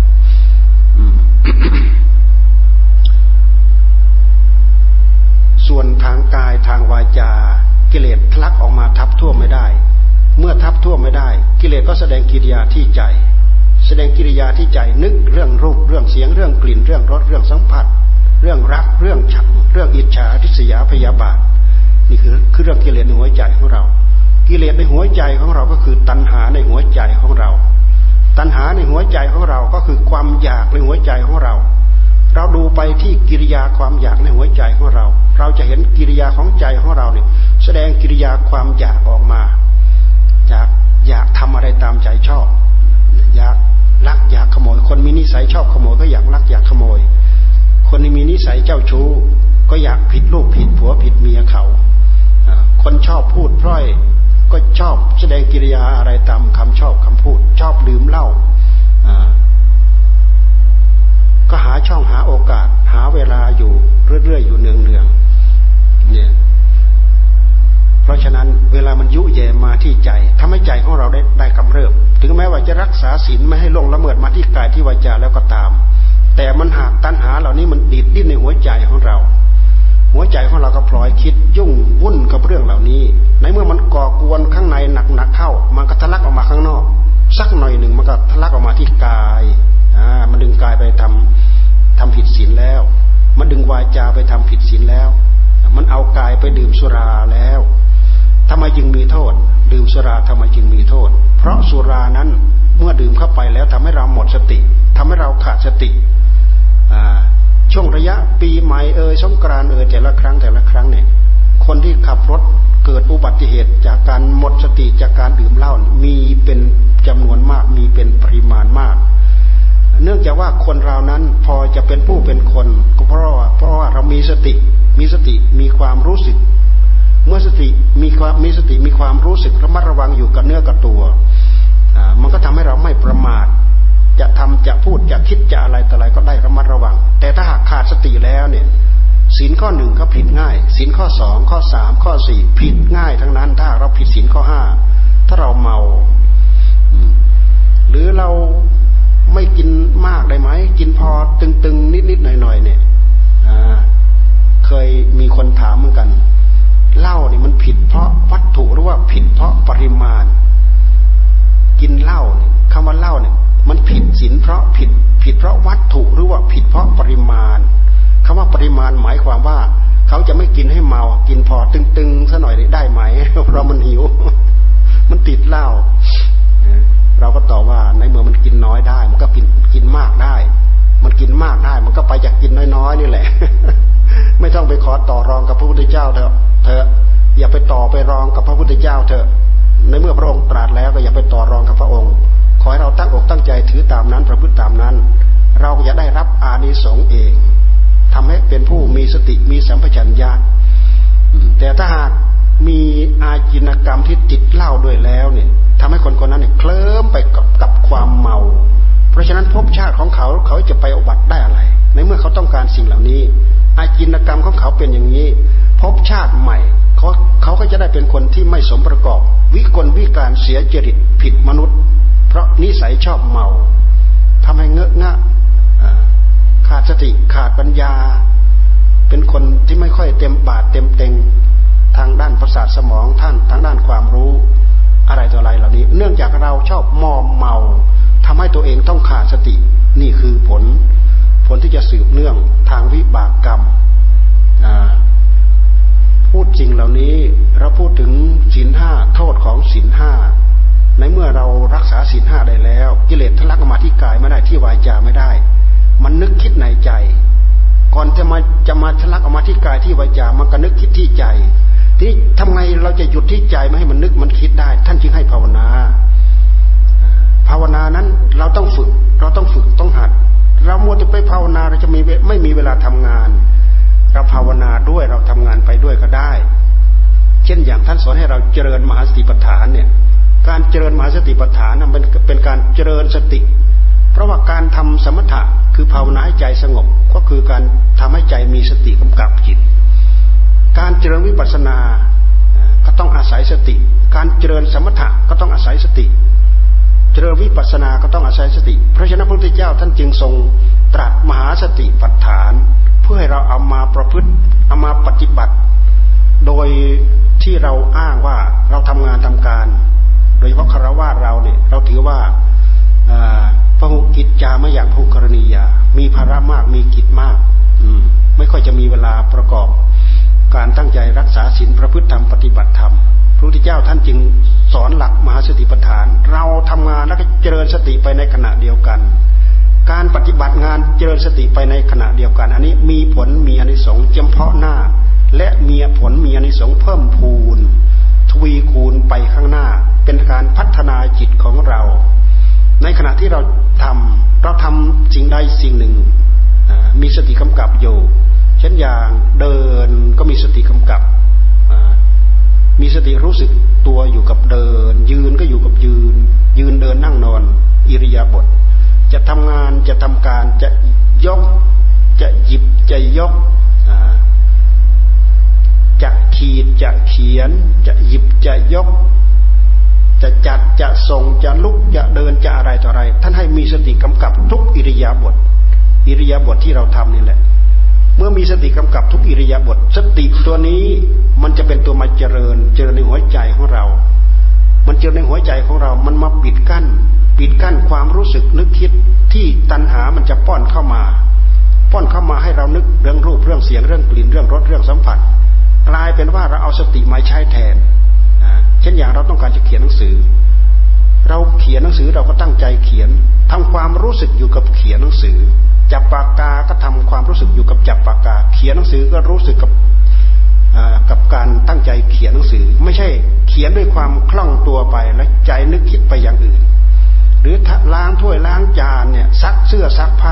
ส่วนทางกายทางวาจากิเลสทะลักออกมาทับท่วมไม่ได้เมื่อทับท่วมไม่ได้กิเลสก็แสดงกิริยาที่ใจแสดงกิริยาที่ใจนึกเรื่องรูปเรื่องเสียงเรื่องกลิ่นเรื่องรสเรื่องสัมผัสเรื่องรักเรื่องชังเรื่องอิจฉาทิษยาพยาบาทนี่คือคือเรื่องกิเลสในหัวใจของเรากิเลสในหัวใจของเราก็คือตัณหาในหัวใจของเราตัณหาในหัวใจของเราก็คือความอยากในหัวใจของเราเราดูไปที่กิริยาความอยากในหัวใจของเราเราจะเห็นกิริยาของใจของเราเนี่ยแสดงกิริยาความอยากออกมาอยากอยากทำอะไรตามใจชอบอยากลักอยากขโมยคนมีนิสัยชอบขโมยก็อยากลักอยากขโมยคนที่มีนิสัยเจ้าชู้ก็อยากผิดลูกผิดผัวผิดเมียเขาคนชอบพูดพร่อยก็ชอบแสดงกิริยาอะไรตามคำชอบคำพูดชอบดื่มเหล้าก็หาช่องหาโอกาสหาเวลาอยู่เรื่อยๆอยู่เนืองๆเนี่ยเพราะฉะนั้นเวลามันยุแย่มาที่ใจทำให้ใจของเราได้ได้กำเริบถึงแม้ว่าจะรักษาศีลไม่ให้ล่วงละเมิดมาที่กายที่วาจาแล้วก็ตามแต่มันหากตัณหาเหล่านี้มันดิดดิ้นในหัวใจของเราหัวใจของเราก็พลอยคิดยุ่งวุ่นกับเรื่องเหล่านี้ในเมื่อมันก่อกวนข้างในหนักๆเข้ามันก็ทะลักออกมาข้างนอกสักหน่อยหนึ่งมันก็ทะลักออกมาที่กายอ่ามันดึงกายไปทำทำผิดศีลแล้วมันดึงวาจาไปทำผิดศีลแล้วกายไปดื่มสุราแล้วทำไมจึงมีโทษดื่มสุราทำไมจึงมีโทษเพราะสุรานั้นเมื่อดื่มเข้าไปแล้วทำให้เราหมดสติทำให้เราขาดสติช่วงระยะปีใหม่เอ่ยสงกรานต์เอ่ยแต่ละครั้งแต่ละครั้งเนี่ยคนที่ขับรถเกิดอุบัติเหตุจากการหมดสติจากการดื่มเหล้ามีเป็นจำนวนมากมีเป็นปริมาณมากเนื่องจากว่าคนเรานั้นพอจะเป็นผู้เป็นคนก็เพราะว่าเพราะว่าเรามีสติมีสติมีความรู้สึกเมื่อสติมีความมีสติมีความรู้สึกระมัดระวังอยู่กับเนื้อกับตัวมันก็ทำให้เราไม่ประมาทจะทำจะพูดจะคิดจะอะไรต่ออะไรก็ได้ระมัดระวังแต่ถ้าหากขาดสติแล้วเนี่ยศีลข้อหนึ่งก็ผิดง่ายศีลข้อสองข้อสามข้อสี่ผิดง่ายทั้งนั้นถ้าเราผิดศีลข้อห้าถ้าเราเมาหรือเราไม่กินมากได้ไหมกินพอตึงๆนิดๆหน่อยๆเนี่ยเคยมีคนถามเหมือนกันเหล้านี่มันผิดเพราะวัตถุหรือว่าผิดเพราะปริมาณกินเหล้าเนี่ยคำว่าเหล้าเนี่ยมันผิดศีลเพราะผิดผิดเพราะวัตถุหรือว่าผิดเพราะปริมาณคำว่าปริมาณหมายความว่าเขาจะไม่กินให้เมากินพอตึงๆซะหน่อยได้ไหมเพราะมันหิวมันติดเหล้าเราก็ตอบว่าในเมื่อมันกินน้อยได้มันก็กินกินมากได้มันกินมากได้มันก็ไปจากกินน้อยๆนี่แหละไม่ต้องไปขอต่อรองกับพระพุทธเจ้าเถอะเถอะอย่าไปต่อไปรองกับพระพุทธเจ้าเถอะในเมื่อพระองค์ตรัสแล้วก็อย่าไปต่อรองกับพระองค์ขอให้เราตั้งอกตั้งใจถือตามนั้นประพฤติตามนั้นเราจะได้รับอานิสงส์เองทำให้เป็นผู้มีสติมีสัมปชัญญะแต่ถ้าหากมีอาจินกรรมที่ติดเหล้าด้วยแล้วเนี่ยทำให้คนคนนั้นเนี่ยเคลิ้มไปกับกับความเมาเพราะฉะนั้นภพชาติของเขาเขาจะไปอุบัติได้อะไรในเมื่อเขาต้องการสิ่งเหล่านี้อาจินกรรมของเขาเป็นอย่างนี้ภพชาติใหม่เขาเขาก็จะได้เป็นคนที่ไม่สมประกอบวิกลวิการเสียจริตผิดมนุษย์เพราะนิสัยชอบเมาทำให้เงอะงะขาดสติขาดปัญญาเป็นคนที่ไม่ค่อยเต็มบาทเต็มเต็งทางด้านประสาทสมองท่านทางด้านความรู้อะไรต่ออะไรเหล่านี้เนื่องจากเราชอบมอมเมาทำให้ตัวเองต้องขาดสตินี่คือผลผลที่จะสืบเนื่องทางวิบากกรรมพูดจริงเหล่านี้เราพูดถึงศีลห้าโทษของศีลห้าในเมื่อเรารักษาศีลห้าได้แล้วกิเลสทะลักออกมาที่กายไม่ได้ที่วาจาไม่ได้มันนึกคิดในใจก่อนจะมาจะมาทะลักออกมาที่กายที่วาจามันก็นึกคิดที่ใจทีนี้ทำไงเราจะหยุดที่ใจไม่ให้มันนึกมันคิดได้ท่านจึงให้ภาวนาภาวนานั้นเราต้องฝึกเราต้องฝึกต้องหัดเรามัวแต่ไปภาวนาเราจะมีไม่มีเวลาทำงานเราภาวนาด้วยเราทำงานไปด้วยก็ได้เช่นอย่างท่านสอนให้เราเจริญมหาสติปัฏฐานเนี่ยการเจริญมหาสติปัฏฐานนั้นเป็นเป็นการเจริญสติเพราะว่าการทำสมถะคือภาวนาให้ใจสงบก็คือการทำให้ใจมีสติกำกับจิตการเจริญวิปัสสนาก็ต้องอาศัยสติการเจริญสมถะก็ต้องอาศัยสติเจริญวิปัสสนาก็ต้องอาศัยสติเพราะฉะนั้นพระพุทธเจ้าท่านจึงทรงตรัสมหาสติปัฏฐานเพื่อให้เราเอามาประพฤติเอามาปฏิบัติโดยที่เราอ้างว่าเราทำงานทำการโดยเฉพาะคฤหัสถ์เราเนี่ยเราถือว่าพหุกิจจามะยังภูกรณียามีภาระมากมีกิจมากไม่ค่อยจะมีเวลาประกอบการตั้งใจรักษาศีลประพฤติธรรมปฏิบัติธรรมพระพุทธเจ้าท่านจึงสอนหลักมหาสติปัฏฐานเราทำงานแล้วก็เจริญสติไปในขณะเดียวกันการปฏิบัติงานเจริญสติไปในขณะเดียวกันอันนี้มีผลมีอานิสงส์เฉพาะหน้าและมีผลมีอานิสงส์เพิ่มพูนทวีคูณไปข้างหน้าเป็นการพัฒนาจิตของเราในขณะที่เราทำเราทำสิ่งใดสิ่งหนึ่งมีสติกำกับอยู่เช่นอย่างเดินก็มีสติกำกับมีสติรู้สึกตัวอยู่กับเดินยืนก็อยู่กับยืนยืนเดินนั่งนอนอิริยาบถจะทำงานจะทำการจะยกจะหยิบจะยกจะขีดจะเขียนจะหยิบจะยกจะจัดจะส่งจะลุกจะเดินจะอะไรต่ออะไรท่านให้มีสติกำกับทุกอิริยาบถอิริยาบถที่เราทำนี่แหละเมื่อมีสติกำกับทุกอิริยาบถสติตัวนี้มันจะเป็นตัวมาเจริญเจริญในหัวใจของเรามันเจริญในหัวใจของเรามันมาปิดกั้นปิดกั้นความรู้สึกนึกคิดที่ตัณหามันจะป้อนเข้ามาป้อนเข้ามาให้เรานึกเรื่องรูปเรื่องเสียงเรื่องกลิ่นเรื่องรสเรื่องสัมผัสกลายเป็นว่าเราเอาสติมาใช้แทนเช่นอย่างเราต้องการจะเขียนหนังสือเราเขียนหนังสือเราก็ตั้งใจเขียนทำความรู้สึกอยู่กับเขียนหนังสือจับปากกาก็ทำความรู้สึกอยู่กับจับปากกาเขียนหนังสือก็รู้สึกกับกับการตั้งใจเขียนหนังสือไม่ใช่เขียนด้วยความคล่องตัวไปแล้วใจนึกคิดไปอย่างอื่นหรือล้างถ้วยล้างจานเนี่ยซักเสื้อซักผ้า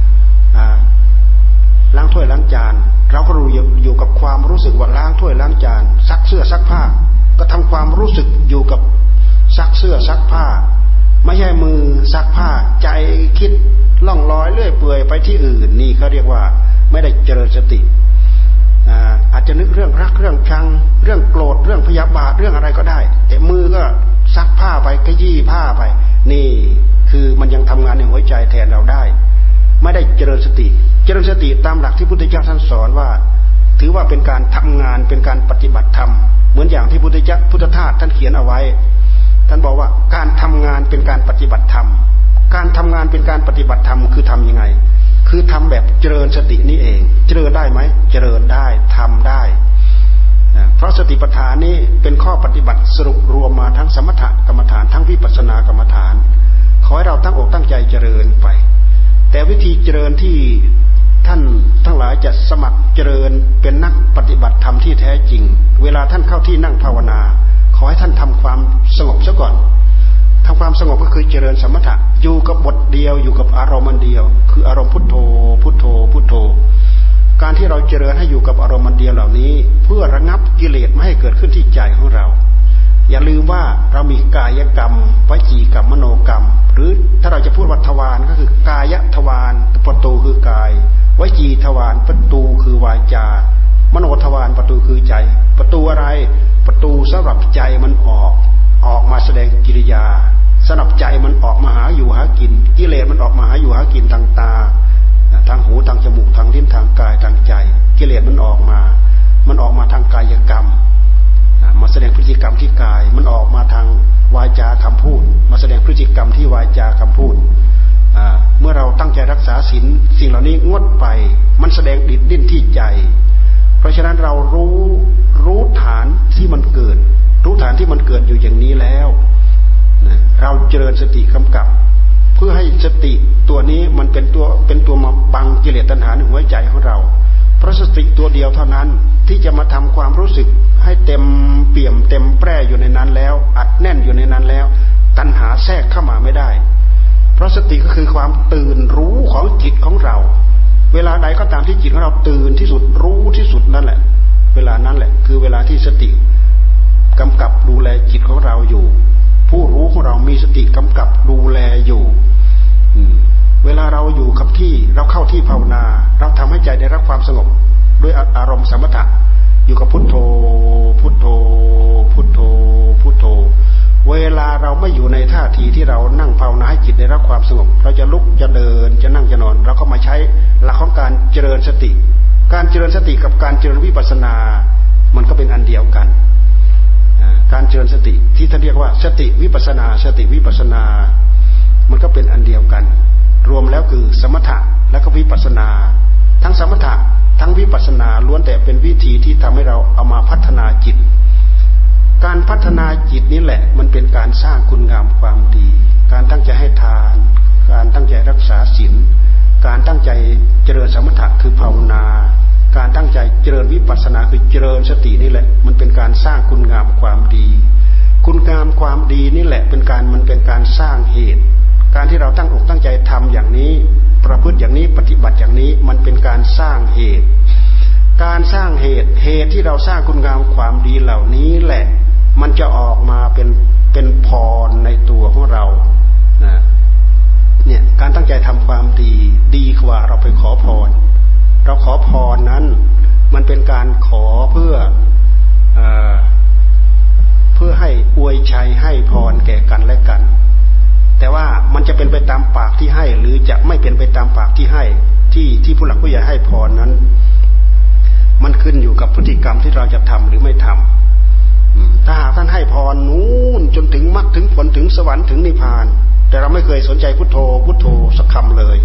ล้างถ้วยล้างจานเราก็รู้อยู่กับความรู้สึกว่าล้างถ้วยล้างจานซักเสื้อซักผ้าก็ทำความรู้สึกอยู่กับซักเสื้อซักผ้าไม่ใช่มือซักผ้าใจคิดล่องลอยเลื่อยเปื่อยไปที่อื่นนี่เขาเรียกว่าไม่ได้เจริญสติอาจจะนึกเรื่องรักเรื่องชังเรื่องโกรธเรื่องพยาบาทเรื่องอะไรก็ได้แต่มือก็ซักผ้าไปขยี้ผ้าไปนี่คือมันยังทำงานในหัวใจแทนเราได้ไม่ได้เจริญสติเจริญสติตามหลักที่พุทธเจ้าท่านสอนว่าถือว่าเป็นการทำงานเป็นการปฏิบัติธรรมเหมือนอย่างที่พุทธเจ้าพุทธทาสท่านเขียนเอาไว้ท่านบอกว่าการทำงานเป็นการปฏิบัติธรรมการทำงานเป็นการปฏิบัติธรรมคือทำยังไงคือทำแบบเจริญสตินี่เองเจริญได้ไหมเจริญได้ทำได้เพราะสติปัฏฐานนี้เป็นข้อปฏิบัติสรุปรวมมาทั้งสมถกรรมฐานทั้งวิปัสสนากรรมฐานขอให้เราตั้งอกตั้งใจเจริญไปแต่วิธีเจริญที่ท่านทั้งหลายจะสมัครเจริญเป็นนักปฏิบัติธรรมที่แท้จริงเวลาท่านเข้าที่นั่งภาวนาขอให้ท่านทำความสงบซะก่อนทำความสงบก็คือเจริญสมถะอยู่กับบทเดียวอยู่กับอารมณ์เดียวคืออารมณ์พุทโธพุทโธพุทโธการที่เราเจริญให้อยู่กับอารมณ์เดียวเหล่านี้เพื่อระงับกิเลสไม่ให้เกิดขึ้นที่ใจของเราอย่าลืมว่าเรามีกายกรรมวจีกรรมมโนกรรมหรือถ้าเราจะพูดว่าทวารก็คือกายทวารประตูคือกายวจีทวารประตูคือวาจามโนทวารประตูคือใจประตูอะไรประตูสำหรับใจมันออกออกมาแสดงกิริยาสำหรับใจมันออกมาหาอยู่หากินกิเลสมันออกมาหาอยู่หากินทางตาทางหูทางจมูกทางลิ้นทางกายทางใจกิเลสมันออกมามันออกมาทางกายกรรมมาแสดงพฤติกรรมที่กายมันออกมาทางวาจาคำพูดมาแสดงพฤติกรรมที่วาจาคำพูดเมื่อเราตั้งใจรักษาศีลสิ่งเหล่านี้งดไปมันแสดงดิดดิ้นที่ใจเพราะฉะนั้นเรารู้รู้ฐานที่มันเกิดรู้ฐานที่มันเกิดอยู่อย่างนี้แล้วเราเจริญสติกำกับเพื่อให้สติตัวนี้มันเป็นตัวเป็นตัวมาบังกิเลสตัณหาในหัวใจของเราเพราะสติตัวเดียวเท่านั้นที่จะมาทำความรู้สึกให้เต็มเปี่ยมเต็มแปร่อยู่ในนั้นแล้วอัดแน่นอยู่ในนั้นแล้วตัณหาแทรกเข้ามาไม่ได้เพราะสติก็คือความตื่นรู้ของจิตของเราเวลาใดก็ตามที่จิตของเราตื่นที่สุดรู้ที่สุดนั่นแหละเวลานั้นแหละคือเวลาที่สติกำกับดูแลจิตของเราอยู่ผู้รู้ของเรามีสติกำกับดูแลอยู่เวลาเราอยู่กับที่เราเข้าที่ภาวนาเราทำให้ใจได้รับความสงบด้วยอารมณ์สมถะอยู่กับพุทโธพุทโธพุทโธพุทโธเวลาเราไม่อยู่ในท่าทีที่เรานั่งภาวนาให้จิตได้รับความสงบเราจะลุกจะเดินจะนั่งจะนอนเราก็มาใช้หลักของการเจริญสติการเจริญสติกับการเจริญวิปัสสนามันก็เป็นอันเดียวกันการเจริญสติที่ท่านเรียกว่าสติวิปัสสนาสติวิปัสสนามันก็เป็นอันเดียวกันรวมแล้วคือสมถะและก็วิปัสสนาทั้งสมถะทั้งวิปัสสนาล้วนแต่เป็นวิธีที่ทำให้เราเอามาพัฒนาจิตการพัฒนาจิตนี้แหละมันเป็นการสร้างคุณงามความดีการตั้งใจให้ทานการตั้งใจรักษาศีลการตั้งใจเจริญสมถะคือภาวนาการตั้งใจเจริญวิปัสสนาคือเจริญสตินี่แหละมันเป็นการสร้างคุณงามความดีคุณงามความดีนี่แหละเป็นการมันเป็นการสร้างเหตุการที่เราตั้งอกตั้งใจทำอย่างนี้ประพฤติอย่างนี้ปฏิบัติอย่างนี้มันเป็นการสร้างเหตุการสร้างเหตุเหตุที่เราสร้างคุณงามความดีเหล่านี้แหละมันจะออกมาเป็นเป็นพรในตัวของเรานะเนี่ยการตั้งใจทำความดีดีกว่าเราไปขอพรเราขอพรนั้นมันเป็นการขอเพื่อเอ่อเพื่อให้อวยชัยให้พรแก่กันและกันแต่ว่ามันจะเป็นไปตามปากที่ให้หรือจะไม่เป็นไปตามปากที่ให้ที่ที่ผู้หลักผู้ใหญ่ให้พรนั้นมันขึ้นอยู่กับพฤติกรรมที่เราจะทำหรือไม่ทำถ้าหากท่านให้พรนู้นจนถึงมรรคถึงผลถึงสวรรค์ถึงนิพพานแต่เราไม่เคยสนใจพุทโธพุทโธสักคำเลย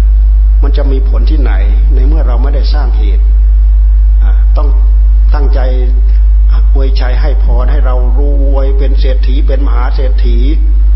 มันจะมีผลที่ไหนในเมื่อเราไม่ได้สร้างเหตุต้องตั้งใจชัยให้พรให้เรารวยเป็นเศรษฐีเป็นมหาเศรษฐี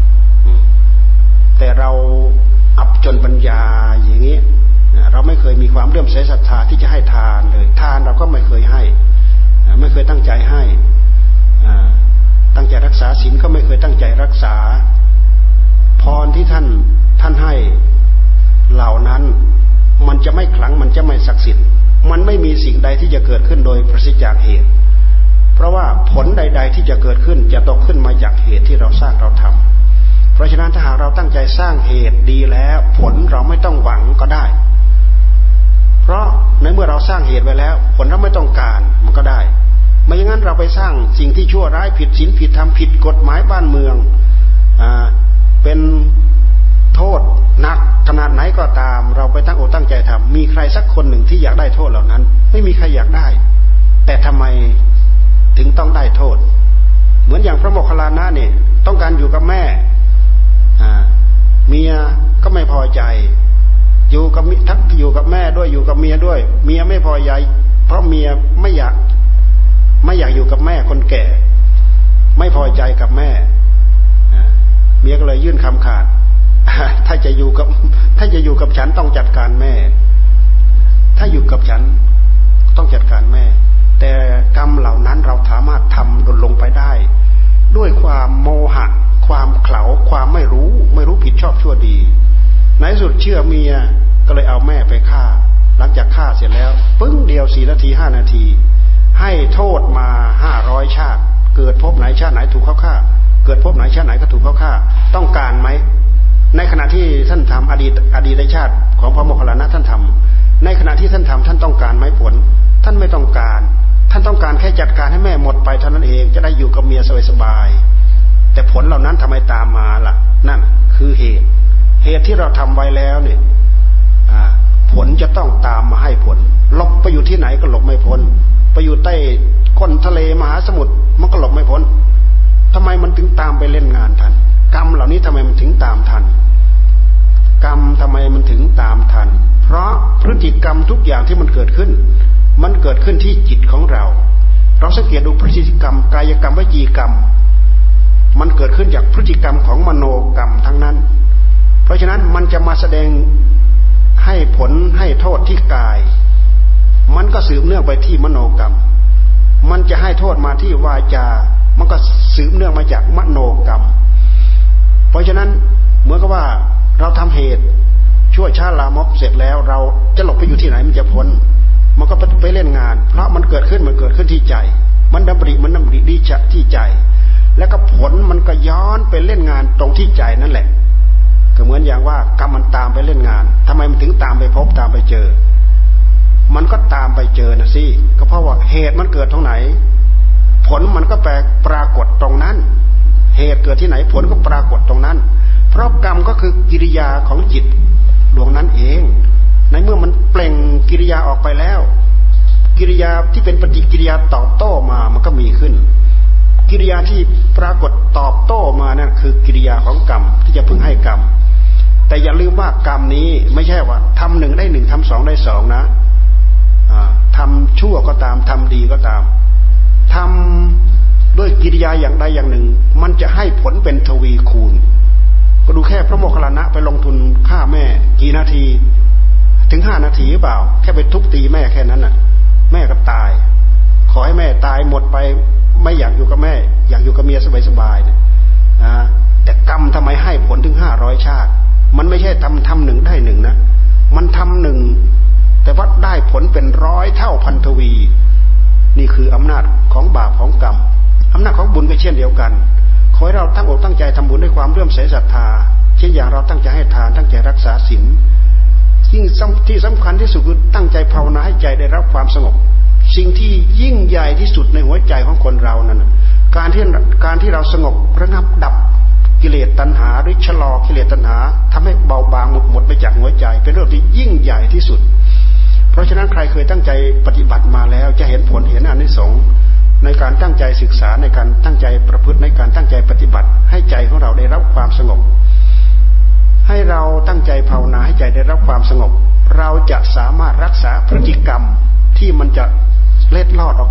แต่เราอับจนปัญญาอย่างนี้เราไม่เคยมีความเลื่อมใสศรัทธาที่จะให้ทานเลยทานเราก็ไม่เคยให้ไม่เคยตั้งใจให้ตั้งใจรักษาศีลก็ไม่เคยตั้งใจรักษาพรที่ท่านท่านให้เหล่านั้นมันจะไม่ขลังมันจะไม่ศักดิ์สิทธิ์มันไม่มีสิ่งใดที่จะเกิดขึ้นโดยปราศจากเหตุเพราะว่าผลใดๆที่จะเกิดขึ้นจะตกขึ้นมาจากเหตุที่เราสร้างเราทำเพราะฉะนั้นถ้าหากเราตั้งใจสร้างเหตุดีแล้วผลเราไม่ต้องหวังก็ได้เพราะในเมื่อเราสร้างเหตุไว้แล้วผลเราไม่ต้องการมันก็ได้ไม่อย่างนั้นเราไปสร้างสิ่งที่ชั่วร้ายผิดศีลผิดธรรมผิดกฎหมายบ้านเมืองอ่าเป็นโทษหนักขนาดไหนก็ตามเราไปตั้งอกตั้งใจทำมีใครสักคนหนึ่งที่อยากได้โทษเหล่านั้นไม่มีใครอยากได้แต่ทำไมถึงต้องได้โทษเหมือนอย่างพระโมคคัลลานะเนี่ยต้องการอยู่กับแม่อ่าเมียก็ไม่พอใจอยู่กับทั้งอยู่กับแม่ด้วยอยู่กับเมียด้วยเมียไม่พอใจเพราะเมียไม่อยากไม่อยากอยู่กับแม่คนแก่ไม่พอใจกับแม่เมียก็เลยยื่นคำขาดถ้าจะอยู่กับถ้าจะอยู่กับฉันต้องจัดการแม่ถ้าอยู่กับฉันต้องจัดการแม่แต่กรรมเหล่านั้นเราสามารถทำลงไปได้ด้วยความโมหะความเขลาความไม่รู้ไม่รู้ผิดชอบชั่วดีในสุดเชื่อเมียก็เลยเอาแม่ไปฆ่าหลังจากฆ่าเสร็จแล้วปึ้งเดียวสี่นาทีห้านาทีให้โทษมาห้าร้อยชาติเกิดพบไหนชาติไหนถูกเขาฆ่าเกิดพบไหนชาติไหนก็ถูกเขาฆ่าต้องการไหมในขณะที่ท่านทำอดีตอดีตชาติของพระโมคคัลลานะท่านทำในขณะที่ท่านทำท่านต้องการไหมผลท่านไม่ต้องการท่านต้องการแค่จัดการให้แม่หมดไปเท่านั้นเองจะได้อยู่กับเมียสบายๆแต่ผลเหล่านั้นทำไมตามมาล่ะนั่นคือเหตุเหตุที่เราทำไว้แล้วเนี่ยผลจะต้องตามมาให้ผลหลบไปอยู่ที่ไหนก็หลบไม่พ้นไปอยู่ใต้ก้นทะเลมหาสมุทรมันก็หลบไม่พ้นทำไมมันถึงตามไปเล่นงานทันกรรมเหล่านี้ทำไมมันถึงตามทันกรรมทำไมมันถึงตามทันเพราะพฤติกรรมทุกอย่างที่มันเกิดขึ้นมันเกิดขึ้นที่จิตของเราเราสังเกตดูพฤติกรรมกายกรรมวจีกรรมมันเกิดขึ้นจากพฤติกรรมของมโนกรรมทั้งนั้นเพราะฉะนั้นมันจะมาแสดงให้ผลให้โทษที่กายมันก็สืบเนื่องไปที่มโนกรรมมันจะให้โทษมาที่วาจามันก็สืบเนื่องมาจากมโนกรรมเพราะฉะนั้นเหมือนกับว่าเราทำเหตุชั่วช้าลามกเสร็จแล้วเราจะหลบไปอยู่ที่ไหนมันจะพ้นมันก็ไปเล่นงานเพราะมันเกิดขึ้นมันเกิดขึ้นที่ใจมันดำริมันดำริดีจะที่ใจแล้วก็ผลมันก็ย้อนไปเล่นงานตรงที่ใจนั่นแหละก็เหมือนอย่างว่ากรรมมันตามไปเล่นงานทำไมมันถึงตามไปพบตามไปเจอมันก็ตามไปเจอนะสิก็เพราะว่าเหตุมันเกิดตรงไหนผลมันก็แปลปรากฏตรงนั้นเหตุเกิดที่ไหนผลก็ปรากฏตรงนั้นเพราะกรรมก็คือกิริยาของจิตดวงนั้นเองในเมื่อมันเปล่งกิริยาออกไปแล้วกิริยาที่เป็นปฏิกิริยาตอบโต้มามันก็มีขึ้นกิริยาที่ปรากฏตอบโต้มานั่นคือกิริยาของกรรมที่จะพึงให้กรรมแต่อย่าลืมว่ากรรมนี้ไม่ใช่ว่าทำหนึ่งได้หนึ่งทำสองได้สองนะทำชั่วก็ตามทำดีก็ตามทำด้วยกิริยาอย่างใดอย่างหนึ่งมันจะให้ผลเป็นทวีคูณก็ดูแค่พระโมคคัลลานะไปลงทุนฆ่าแม่กี่นาทีถึงห้านาทีหรือเปล่าแค่ไปทุบตีแม่แค่นั้นน่ะแม่ก็ตายขอให้แม่ตายหมดไปไม่อยากอยู่กับแม่อยากอยู่กับเมียสบายๆเนี่ยนะแต่กรรมทำไมให้ผลถึงห้าร้อยชาติมันไม่ใช่ทำทำหนึ่งได้หนึ่งนะมันทำหนึ่งแต่ว่าได้ผลเป็นร้อยเท่าพันทวีนี่คืออำนาจของบาปของกรรมอำนาจของบุญก็เช่นเดียวกันขอให้เราตั้งอกตั้งใจทำบุญด้วยความเลื่อมใสศรัทธาเช่นอย่างเราตั้งใจให้ทานตั้งใจรักษาศีลยิ่งที่สำคัญที่สุดคือตั้งใจภาวนาให้ใจได้รับความสงบสิ่งที่ยิ่งใหญ่ที่สุดในหัวใจของคนเรานั้นการที่การที่เราสงบระงับดับกิเลสตัณหาหรือชะลอกิเลสตัณหาทำให้เบาบางหมดหมดไปจากหัวใจเป็นเรื่องที่ยิ่งใหญ่ที่สุดเพราะฉะนั้นใครเคยตั้งใจปฏิบัติมาแล้วจะเห็นผลเห็นอานิสงส์ในการตั้งใจศึกษาในการตั้งใจประพฤติในการตั้งใจปฏิบัติให้ใจของเราได้รับความสงบให้เราตั้งใจภาวนาให้ใจได้รับความสงบเราจะสามารถรักษาพฤติกรรมที่มันจะเล็ดลอดออกไป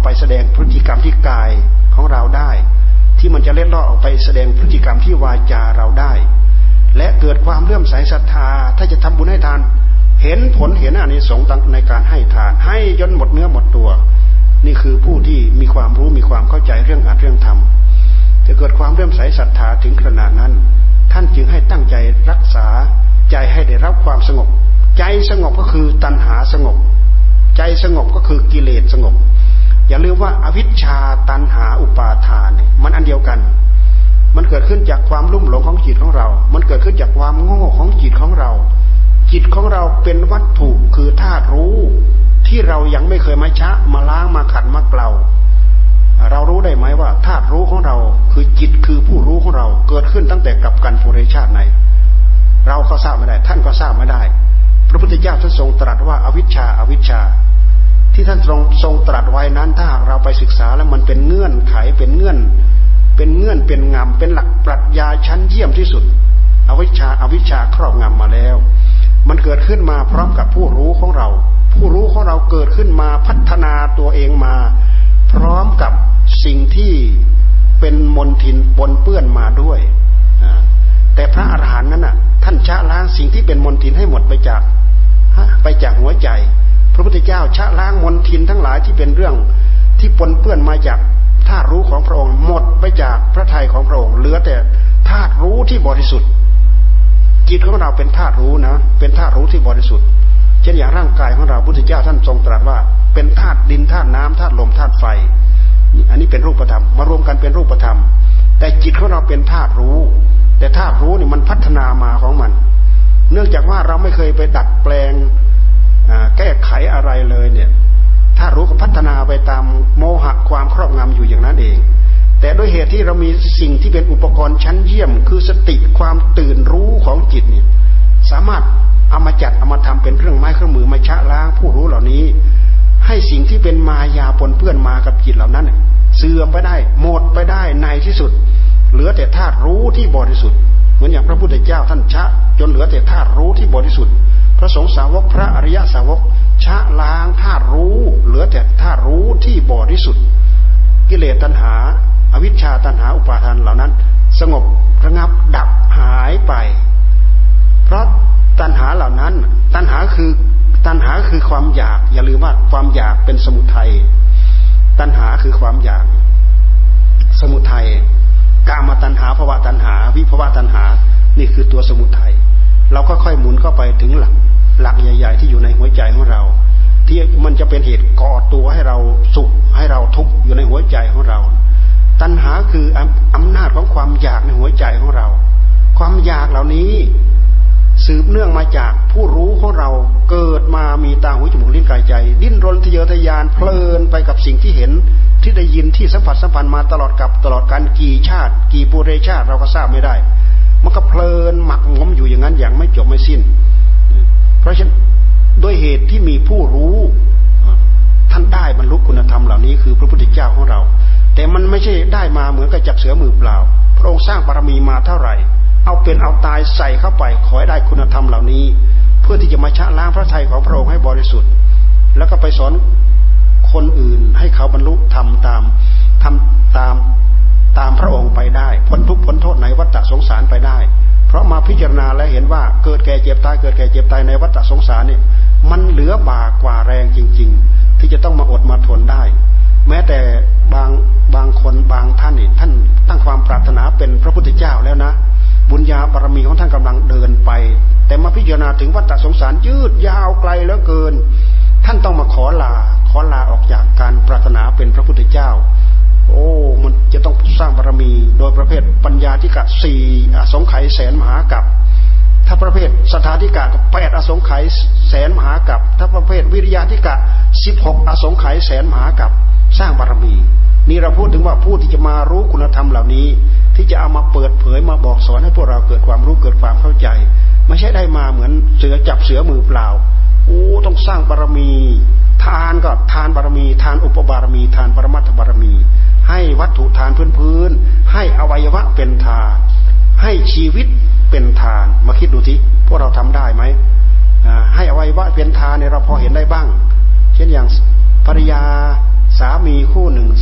ไปแสดงพฤติกรรมที่กายของเราได้ที่มันจะเล็ดลอดออกไปแสดงพฤติกรรมที่วาจาเราได้และเกิดความเลื่อมใสศรัทธาถ้าจะทำบุญให้ทานเห็นผลเห็นอานิสงส์ในการให้ทานให้จนหมดเนื้อหมดตัวนี่คือผู้ที่มีความรู้มีความเข้าใจเรื่องอัดเรื่องธรรมจะเกิดความเลื่อมใสศรัทธาถึงขนาดนั้นท่านจึงให้ตั้งใจรักษาใจให้ได้รับความสงบใจสงบก็คือตัณหาสงบใจสงบก็คือกิเลสสงบอย่าลืมว่าอวิชชาตัณหาอุปาทานเนี่ยมันอันเดียวกันมันเกิดขึ้นจากความลุ่มหลงของจิตของเรามันเกิดขึ้นจากความโง่ของจิตของเราจิตของเราเป็นวัตถุคือธาตุรู้ที่เรายังไม่เคยมาชะมาล้างมาขัดมาเกลาเรารู้ได้ไหมว่าธาตุรู้ของเราคือจิตคือผู้รู้ของเราเกิดขึ้นตั้งแต่กับกันปุเรชาติไหนเราก็ทราบไม่ได้ท่านก็ทราบไม่ได้พระพุทธเจ้าท่านทรงตรัสว่าอวิชชาอวิชชาที่ท่านทรงทรงตรัสไว้นั้นถ้าเราไปศึกษาแล้วมันเป็นเงื่อนไขเป็นเงื่อนเป็นเงื่อนเป็นงำเป็นหลักปรัชญาชั้นเยี่ยมที่สุดอวิชชาอวิชชาครอบงำมาแล้วมันเกิดขึ้นมาพร้อมกับผู้รู้ของเราผู้รู้ของเราเกิดขึ้นมาพัฒนาตัวเองมาพร้อมกับสิ่งที่เป็นมลทินปนเปื้อนมาด้วยแต่พระอรหันต์นั้นน่ะท่านชะล้างสิ่งที่เป็นมลทินให้หมดไปจากไปจากหัวใจพระพุทธเจ้าชะล้างมลทินทั้งหลายที่เป็นเรื่องที่ปนเปื้อนมาจากธาตุรู้ของพระองค์หมดไปจากพระทัยของพระองค์เหลือแต่ธาตุรู้ที่บริสุทธิ์จิตของเราเป็นธาตุรู้นะเป็นธาตุรู้ที่บริสุทธิ์เช่นอย่างร่างกายของเราพุทธเจ้าท่านทรงตรัสว่าเป็นธาตุดินธาตุน้ำธาตุลมธาตุไฟอันนี้เป็นรูปธรรมมารวมกันเป็นรูปธรรมแต่จิตของเราเป็นธาตุรู้แต่ธาตุรู้นี่มันพัฒนามาของมันเนื่องจากว่าเราไม่เคยไปดัดแปลงแก้ไขอะไรเลยเนี่ยธาตุรู้ก็พัฒนาไปตามโมหะความครอบงำอยู่อย่างนั้นเองแต่ด้วยเหตุที่เรามีสิ่งที่เป็นอุปกรณ์ชั้นเยี่ยมคือสติความตื่นรู้ของจิตเนี่ยสามารถเอามาจัดเอามาทำเป็นเครื่องไม้เครื่องมือมาชะล้างผู้รู้เหล่านี้ให้สิ่งที่เป็นมายาปนเปื้อนมากับจิตเหล่านั้นเสื่อมไปได้หมดไปได้ในที่สุดเหลือแต่ธาตุรู้ที่บริสุทธิ์เหมือนอย่างพระพุทธเจ้าท่านชะจนเหลือแต่ธาตุรู้ที่บริสุทธิ์พระสงฆ์สาวกพระอริยสาวกชะล้างธาตุรู้เหลือแต่ธาตุรู้ที่บริสุทธิ์กิเลสตัณหาอวิชชาตัณหาอุปาทานเหล่านั้นสงบระงับดับหายไปเพราะตัณหาเหล่านั้นตัณหาคือตัณหาคือความอยากอย่าลืมว่าความอยากเป็นสมุทัยตัณหาคือความอยากสมุทัยกามตัณหาภวตัณหาวิภวตัณหานี่คือตัวสมุทัยเราก็ค่อยหมุนเข้าไปถึงหลักหลักใหญ่ๆที่อยู่ในหัวใจของเราที่มันจะเป็นเหตุก่อตัวให้เราสุขให้เราทุกข์อยู่ในหัวใจของเราตัณหาคืออำนาจของความอยากในหัวใจของเราความอยากเหล่านี้สืบเนื่องมาจากผู้รู้ของเราเกิดมามีตาหูจมูกลิ้นกายใจดิ้นรนทะเยอทะยานเพลินไปกับสิ่งที่เห็นที่ได้ยินที่สัมผัสสัมพันธ์มาตลอดกับตลอดการกี่ชาติกี่ปุเรชาติเราก็ทราบไม่ได้มันก็เพลินหมักหมมอยู่อย่างนั้นอย่างไม่จบไม่สิ้นเพราะฉะนั้นด้วยเหตุที่มีผู้รู้ท่านได้บรรลุคุณธรรมเหล่านี้คือพระพุทธเจ้าของเราแต่มันไม่ใช่ได้มาเหมือนกับจับเสือมือเปล่าพระองค์สร้างบารมีมาเท่าไหร่เอาเป็นเอาตายใส่เข้าไปขอให้ได้คุณธรรมเหล่านี้เพื่อที่จะมาชะล้างพระทัยของพระองค์ให้บริสุทธิ์แล้วก็ไปสอนคนอื่นให้เขาบรรลุธรรมตามทำตามตามพระองค์ไปได้พ้นทุกข์พ้นโทษในวัฏสงสารไปได้เพราะมาพิจารณาและเห็นว่าเกิดแก่เจ็บตายเกิดแก่เจ็บตายในวัฏสงสารเนี่ยมันเหลือบากกว่าแรงจริงๆที่จะต้องมาอดมาทนได้แม้แต่บางบางคนบางท่านนี่ท่านตั้งความปรารถนาเป็นพระพุทธเจ้าแล้วนะบุญญาบารมีของท่านกำลังเดินไปแต่มาพิจารณาถึงวัฏสงสารยืดยาวไกลเหลือเกินท่านต้องมาขอลาขอลาออกจากการปรารถนาเป็นพระพุทธเจ้าโอ้มันจะต้องสร้างบารมีโดยประเภทปัญญาธิกะสี่อสงไขยแสนมหากัปถ้าประเภทศรัทธาธิกะก็แปดอสงไขยแสนมหากัปถ้าประเภทวิริยะธิกะสิบหกอสงไขยแสนมหากัปสร้างบารมีนี่เราพูดถึงว่าผู้ที่จะมารู้คุณธรรมเหล่านี้ที่จะเอามาเปิดเผยมาบอกสอนให้พวกเราเกิดความรู้เกิดความเข้าใจไม่ใช่ได้มาเหมือนเสือจับเสือมือเปล่าโอ้ต้องสร้างบารมีทานก็ทานบารมีทานอุปบารมีทานปรมัตถบารมีให้วัตถุทานพื้นๆให้อวัยวะเป็นทานให้ชีวิตเป็นทานมาคิดดูทีพวกเราทำได้ไหมให้อวัยวะเป็นทานเนี่ยเราพอเห็นได้บ้างเช่นอย่างภรรยาสามีคู่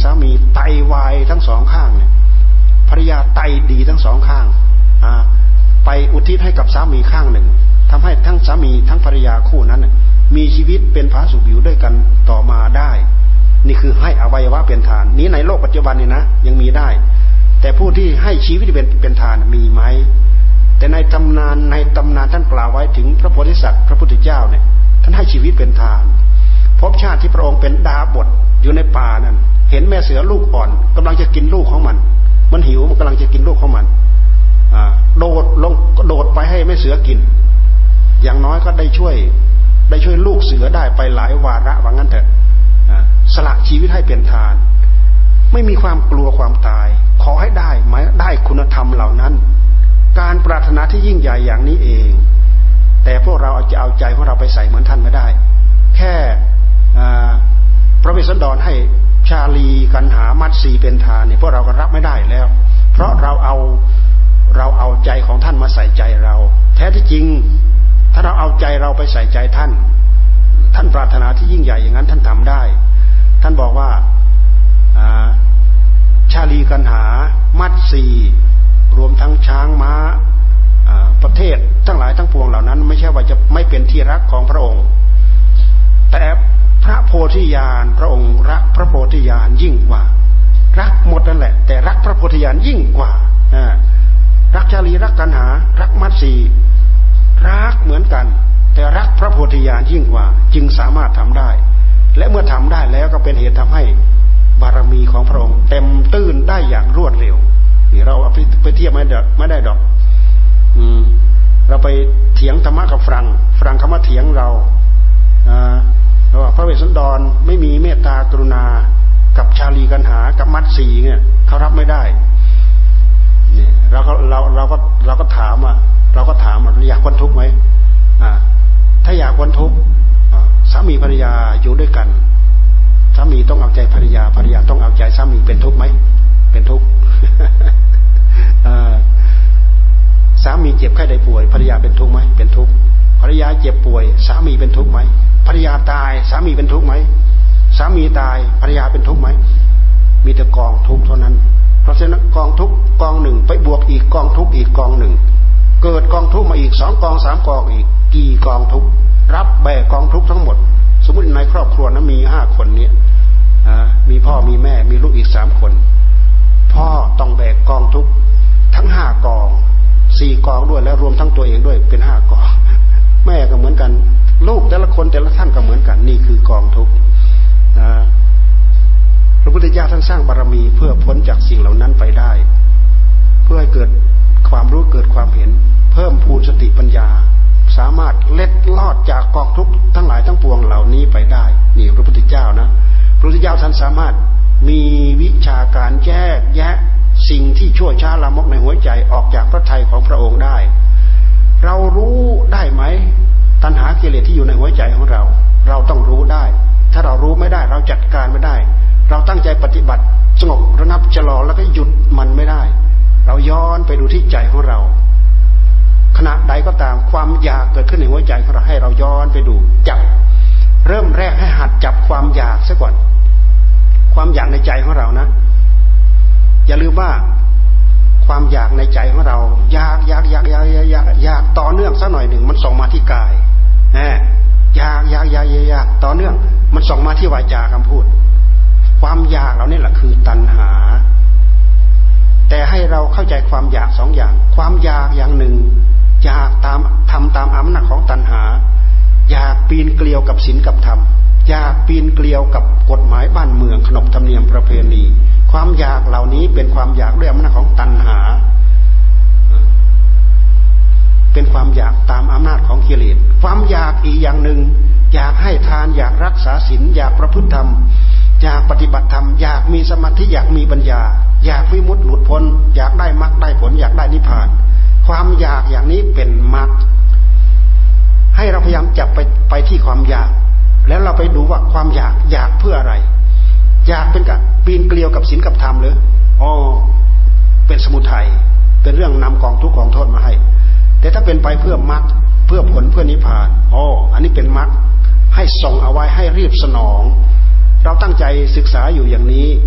ามีไตวายทั้งสองข้างเนี่ยภรรยาไตดีทั้งสองข้างไปอุทิศให้กับสามีข้างหนึ่งทำให้ทั้งสามีทั้งภรรยาคู่นั้นมีชีวิตเป็นผาสุกอยู่ด้วยกันต่อมาได้นี่คือให้อวัยวะเป็นทานนี้ในโลกปัจจุบันนี่นะยังมีได้แต่ผู้ที่ให้ชีวิตเป็นเป็นทานมีไหมแต่ในตำนานในตำนานท่านกล่าวไว้ถึงพระโพธิสัตว์พระพุทธเจ้าเนี่ยท่านให้ชีวิตเป็นทานพบชาติที่พระองค์เป็นดาบทอยู่ในป่านั้นเห็นแม่เสือลูกอ่อนกำลังจะกินลูกของมันมันหิวมันกำลังจะกินลูกของมันโดดลงโดดไปให้แม่เสือกินอย่างน้อยก็ได้ช่วยได้ช่วยลูกเสือได้ไปหลายวาระว่างั้นเถอะสละชีวิตให้เป็นทานไม่มีความกลัวความตายขอให้ได้ไหมได้คุณธรรมเหล่านั้นการปรารถนาที่ยิ่งใหญ่อย่างนี้เองแต่พวกเราจะเอาใจของเราไปใส่เหมือนท่านไม่ได้แค่พระเวสสันดรให้ชาลีกันหามัตสีเป็นทานเนี่ยพวกเราก็รับไม่ได้แล้วเพราะเราเอาเราเอาใจของท่านมาใส่ใจเราแท้ที่จริงถ้าเราเอาใจเราไปใส่ใจท่านท่านปรารถนาที่ยิ่งใหญ่อย่างนั้นท่านทำได้ท่านบอกว่าชาลีกันหามัตสีรวมทั้งช้างม้าประเทศทั้งหลายทั้งปวงเหล่านั้นไม่ใช่ว่าจะไม่เป็นที่รักของพระองค์แต่พระโพธิญาณพระองค์รักพระโพธิญาณยิ่งกว่ารักหมดนั่นแหละแต่รักพระโพธิญาณยิ่งกว่ารักชาลีรักกันหารักมัตสีรักเหมือนกันแต่รักพระโพธิญาณยิ่งกว่าจึงสามารถทำได้และเมื่อทำได้แล้วก็เป็นเหตุทำให้บารมีของพระองค์เต็มตื้นได้อย่างรวดเร็วนี่เราเอาไปเทียบไม่ได้ไม่ได้ดอกอืมเราไปเถียงธรรมะกับฝรั่งฝรั่งเขามาเถียงเราอ่าว่าพระเวสสันดรไม่มีเมตตากรุณากับชาลีกันหากับมัตสีเนี่ยเขารับไม่ได้นี่เราก็เราเราก็เราก็ถามอ่ะเราก็ถามว่าอยากพ้นทุกข์ไหมอ่าถ้าอยากพ้นทุกข์สามีภรรยาอยู่ด้วยกันสามีต้องเอาใจภรรยาภรรยาต้องเอาใจสามีเป็นทุกข์ไหมเป็นทุกข์สามีเจ็บไข้ได้ป่วยภรรยาเป็นทุกข์ไหมเป็นทุกข์ภรรยาเจ็บป่วยสามีเป็นทุกข์ไหมภรรยาตายสามีเป็นทุกข์ไหมสามีตายภรรยาเป็นทุกข์ไหมมีแต่กองทุกข์เท่านั้นเพราะฉะนั้นกองทุกข์กองหนึ่งไปบวกอีกกองทุกข์อีกกองหนึ่งเกิดกองทุกข์มาอีกสองกองสามกองอีกกี่กองทุกข์รับแบกกองทุกข์ทั้งหมดสมมติในครอบครัวนั้นมีห้าคนนี้มีพ่อมีแม่มีลูกอีกสามคนพ่อต้องแบกกองทุกข์ทั้งห้ากองสี่กองด้วยแล้วรวมทั้งตัวเองด้วยเป็นห้ากองแม่ก็เหมือนกันลูกแต่ละคนแต่ละท่านก็เหมือนกันนี่คือกองทุกข์นะพระพุทธเจ้าท่านสร้างบารมีเพื่อพ้นจากสิ่งเหล่านั้นไปได้เพื่อให้เกิดความรู้เกิดความเห็นเพิ่มพูนสติปัญญาสามารถเล็ดลอดจากกองทุกข์ทั้งหลายทั้งปวงเหล่านี้ไปได้นี่พระพุทธเจ้านะพระพุทธเจ้าท่านสามารถมีวิชาการแยกแยะสิ่งที่ชั่วช้าลามกในหัวใจออกจากพระทัยของพระองค์ได้เรารู้ได้ไหมตัณหากิเลสที่อยู่ในหัวใจของเราเราต้องรู้ได้ถ้าเรารู้ไม่ได้เราจัดการไม่ได้เราตั้งใจปฏิบัติสงบระงับชะลอแล้วก็หยุดมันไม่ได้เราย้อนไปดูที่ใจของเราขณะใดก็ตามความอยากเกิดขึ้นในหัวใจของเราให้เราย้อนไปดูจับเริ่มแรกให้หัดจับความอยากซะก่อนความอยากในใจของเรานะอย่าลืมว่าความอยากในใจของเราอยากอยากอยากอยากอยากอยากต่อเนื่องสักหน่อยหนึ่งมันส่งมาที่กายแหมอยากอยากอยากอยากต่อเนื่องมันส่งมาที่วาจาคำพูดความอยากเราเนี่ยแหละคือตัณหาแต่ให้เราเข้าใจความอยากสองอย่างความอยากอย่างหนึ่งอยากตามทำตามอำนาจของตัณหาอยากปีนเกลียวกับศีลกับธรรมอยากปีนเกลียวกับกฎหมายบ้านเมืองขนบธรรมเนียมประเพณีความอยากเหล่านี้เป็นความอยากด้วยอำนาจของตัณหาเป็นความอยากตามอำนาจของกิเลสความอยากอีกอย่างหนึ่งอยากให้ทานอยากรักษาศีลอยากประพฤติธรรมอยากปฏิบัติธรรมอยากมีสมาธิอยากมีปัญญาอยากวิมุตติหลุดพ้นอยากได้มรรคได้ผลอยากได้นิพพานความอยากอย่างนี้เป็นมรรคให้เราพยายามจับไปไปที่ความอยากแล้วเราไปดูว่าความอยากอยากเพื่ออะไรอยากเป็นกับปีนเกลียวกับศีลกับธรรมหรืออ๋อเป็นสมุทัยเป็นเรื่องนำกองทุกข์กองโทษมาให้แต่ถ้าเป็นไปเพื่อมรรคเพื่อผลเพื่อนิพพานอ๋ออันนี้เป็นมรรคให้ส่งเอาไว้ให้รีบสนองเราตั้งใจศึกษาอยู่อย่างนี้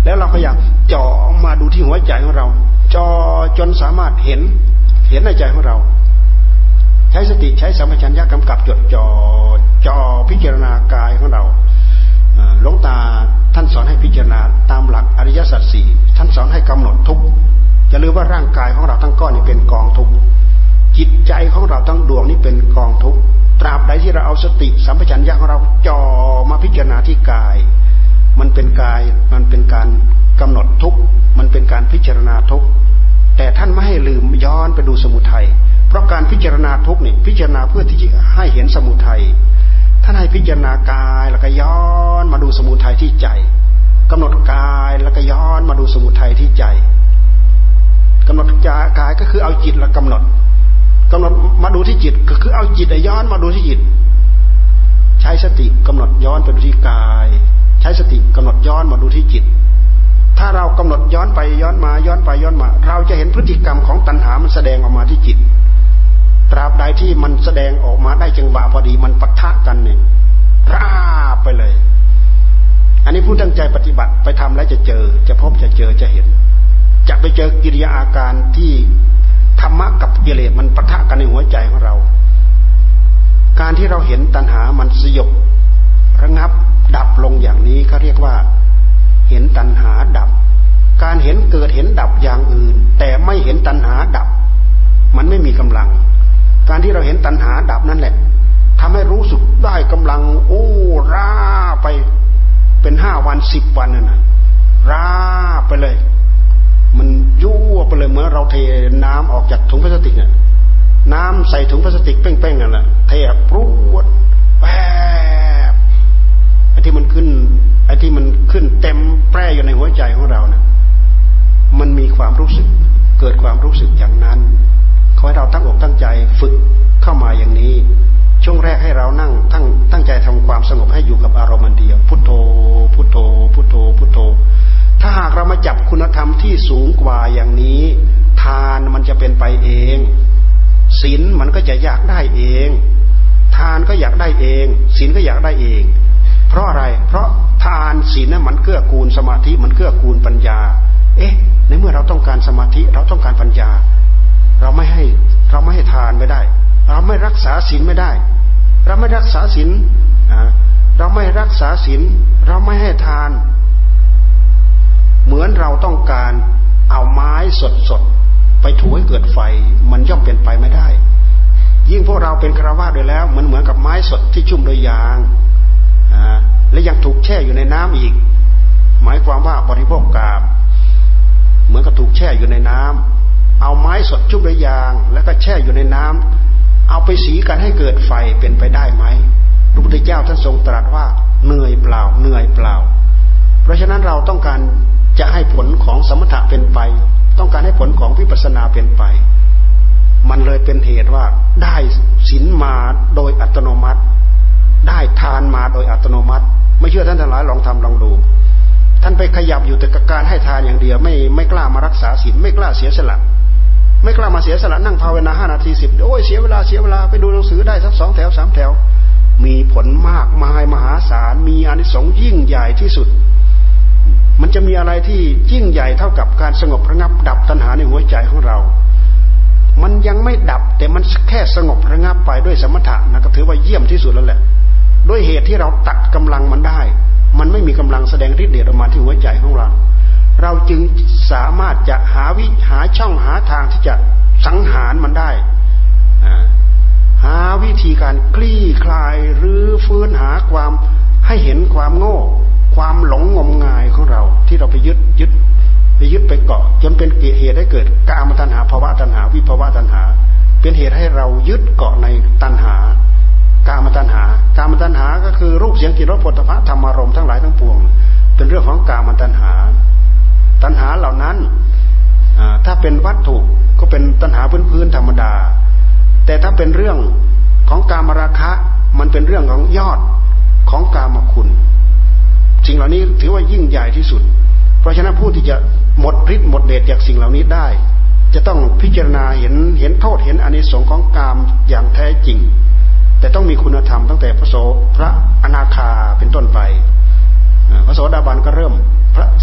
แล้วเราพยายามจ่อมาดูที่หัวใจของเราจ่อจนสามารถเห็นเห็นในใจของเราใช้สติใช้สัมปชัญญะกำกับจดจ่อจ่อพิจารณากายของเราหลวงตาท่านสอนให้พิจารณาตามหลักอริยสัจสี่ท่านสอนให้กำหนดทุกข์อย่าลืมว่าร่างกายของเราทั้งก้อนนี้เป็นกองทุกข์จิตใจของเราทั้งดวงนี้เป็นกองทุกข์ตราบใดที่เราเอาสติสัมปชัญญะของเราจ่อมาพิจารณาที่กายมันเป็นกายมันเป็นการกำหนดทุกข์มันเป็นการพิจารณาทุกข์แต่ท่านไม่ให้ลืมย้อนไปดูสมุทัยเพราะการพิจารณาทุกข์นี่พิจารณาเพื่อที่จะให้เห็นสมุทัยท่านให้พิจารณากายแล้วก็ย้อนมาดูสมุทัยที่ใจกำหนดกายแล้วก็ย้อนมาดูสมุทัยที่ใจกำหนดกายก็คือเอาจิตแล้วกำหนดกำหนดมาดูที่จิตก็คือเอาจิตย้อนมาดูที่จิตใช้สติกำหนดย้อนไปดูที่กายใช้สติกำหนดย้อนมาดูที่จิตถ้าเรากำหนดย้อนไปย้อนมาย้อนไปย้อนมาเราจะเห็นพฤติกรรมของตัณหามันแสดงออกมาที่จิตตราบใดที่มันแสดงออกมาได้จังหวะพอดีมันปะทะกันเนี่ยราบไปเลยอันนี้ผู้ตั้งใจปฏิบัติไปทำแล้วจะเจอจะพบจะเจอจะเห็นจะไปเจอกิริยาอาการที่ธรรมะกับกิเลสมันปะทะกันในหัวใจของเราการที่เราเห็นตัณหามันสยบระงับดับลงอย่างนี้เขาเรียกว่าเห็นตัณหาดับการเห็นเกิดเห็นดับอย่างอื่นแต่ไม่เห็นตัณหาดับมันไม่มีกำลังการที่เราเห็นตัณหาดับนั่นแหละทำให้รู้สึกได้กำลังโอ้ร่าไปเป็นห้าวันสิบวันนั่นนะร่าไปเลยมันยั่วไปเลยเหมือนเราเทน้ำออกจากถุงพลาสติกเนี่ยน้ำใส่ถุงพลาสติกเป้งๆนั่นแหละเทปรุดแป๊บไอ้ที่มันขึ้นไอ้ที่มันขึ้นเต็มแปร่อยู่ในหัวใจของเราเนี่ยมันมีความรู้สึกเกิดความรู้สึกอย่างนั้นขอให้เราตั้งอกตั้งใจฝึกเข้ามาอย่างนี้ช่วงแรกให้เรานั่งตั้งตั้งใจทำความสงบให้อยู่กับอารมณ์เดียวพุทโธพุทโธพุทโธพุทโธถ้าหากเรามาจับคุณธรรมที่สูงกว่าอย่างนี้ทานมันจะเป็นไปเองศีลมันก็จะอยากได้เองทานก็อยากได้เองศีลก็อยากได้เองเพราะอะไรเพราะทานศีลนั้นมันเกื้อกูลสมาธิมันเกื้อกูลปัญญาเอ๊ะในเมื่อเราต้องการสมาธิเราต้องการปัญญาเราไม่ให้เราไม่ให้ทานไม่ได้เราไม่รักษาศีลไม่ได้เราไม่รักษาศีลเราไม่รักษาศีลเราไม่ให้ทานเหมือนเราต้องการเอาไม้สดๆไปถูให้เกิดไฟมันย่อมเป็นไปไม่ได้ยิ่งพวกเราเป็นฆราวาสด้วยแล้วเหมือนเหมือนกับไม้สดที่ชุ่มด้วยยางและยังถูกแช่อยู่ในน้ำอีกหมายความว่าบริโภคกามเหมือนกับถูกแช่อยู่ในน้ำเอาไม้สดชุ่มด้วยยางแล้วก็แช่อยู่ในน้ำเอาไปสีกันให้เกิดไฟเป็นไปได้ไหมพระพุทธเจ้าท่านทรงตรัสว่าเหนื่อยเปล่าเหนื่อยเปล่าเพราะฉะนั้นเราต้องการจะให้ผลของสมถะเป็นไปต้องการให้ผลของวิปัสสนาเป็นไปมันเลยเป็นเหตุว่าได้ศีลมาโดยอัตโนมัติได้ทานมาโดยอัตโนมัติไม่เชื่อท่านทั้งหลายลองทำลองดูท่านไปขยับอยู่แต่กับการให้ทานอย่างเดียวไม่ไม่กล้ามารักษาศีลไม่กล้าเสียสละไม่กล้ามาเสียสละนั่งภาวนาห้านาทีสิบโอ้ยเสียเวลาเสียเวลาไปดูหนังสือได้สักสองแถวสามแถวมีผลมากมายมหาศาลมีอานิสงส์ยิ่งใหญ่ที่สุดมันจะมีอะไรที่ยิ่งใหญ่เท่ากับการสงบระงับดับตัณหาในหัวใจของเรามันยังไม่ดับแต่มันแค่สงบระงับไปด้วยสมถะนะก็ถือว่าเยี่ยมที่สุดแล้วแหละด้วยเหตุที่เราตัดกำลังมันได้มันไม่มีกำลังแสดงฤทธิ์เดชออกมาที่หัวใจของเราเราจึงสามารถจะหาวิหาช่องหาทางที่จะสังหารมันได้หาวิธีการคลี่คลายหรือฟื้นหาความให้เห็นความโง่ความหลงงมงายของเราที่เราไปยึดยึดไปยึดไปเกาะจนเป็นเหตุให้เกิดกามตัณหาภวตัณหาวิภวตัณหาเป็นเหตุให้เรายึดเกาะในตัณหากามตัณหากามตัณหาก็คือรูปเสียงกลิ่นรสโผฏฐัพพะธรรมารมณ์ทั้งหลายทั้งปวงเป็นเรื่องของกามตัณหาตัณหาเหล่านั้นถ้าเป็นวัตถุก็เป็นตัณหาพื้นๆธรรมดาแต่ถ้าเป็นเรื่องของกามราคะมันเป็นเรื่องของยอดของกามคุณสิ่งเหล่านี้ถือว่ายิ่งใหญ่ที่สุดเพราะฉะนั้นผู้ที่จะหมดฤทธิ์หมดเดชจากสิ่งเหล่านี้ได้จะต้องพิจารณาเห็นเห็นโทษเห็นอานิสงส์ของกามอย่างแท้จริงแต่ต้องมีคุณธรรมตั้งแต่พระโสพระอนาคาเป็นต้นไปพระโสดาบันก็เริ่มพระส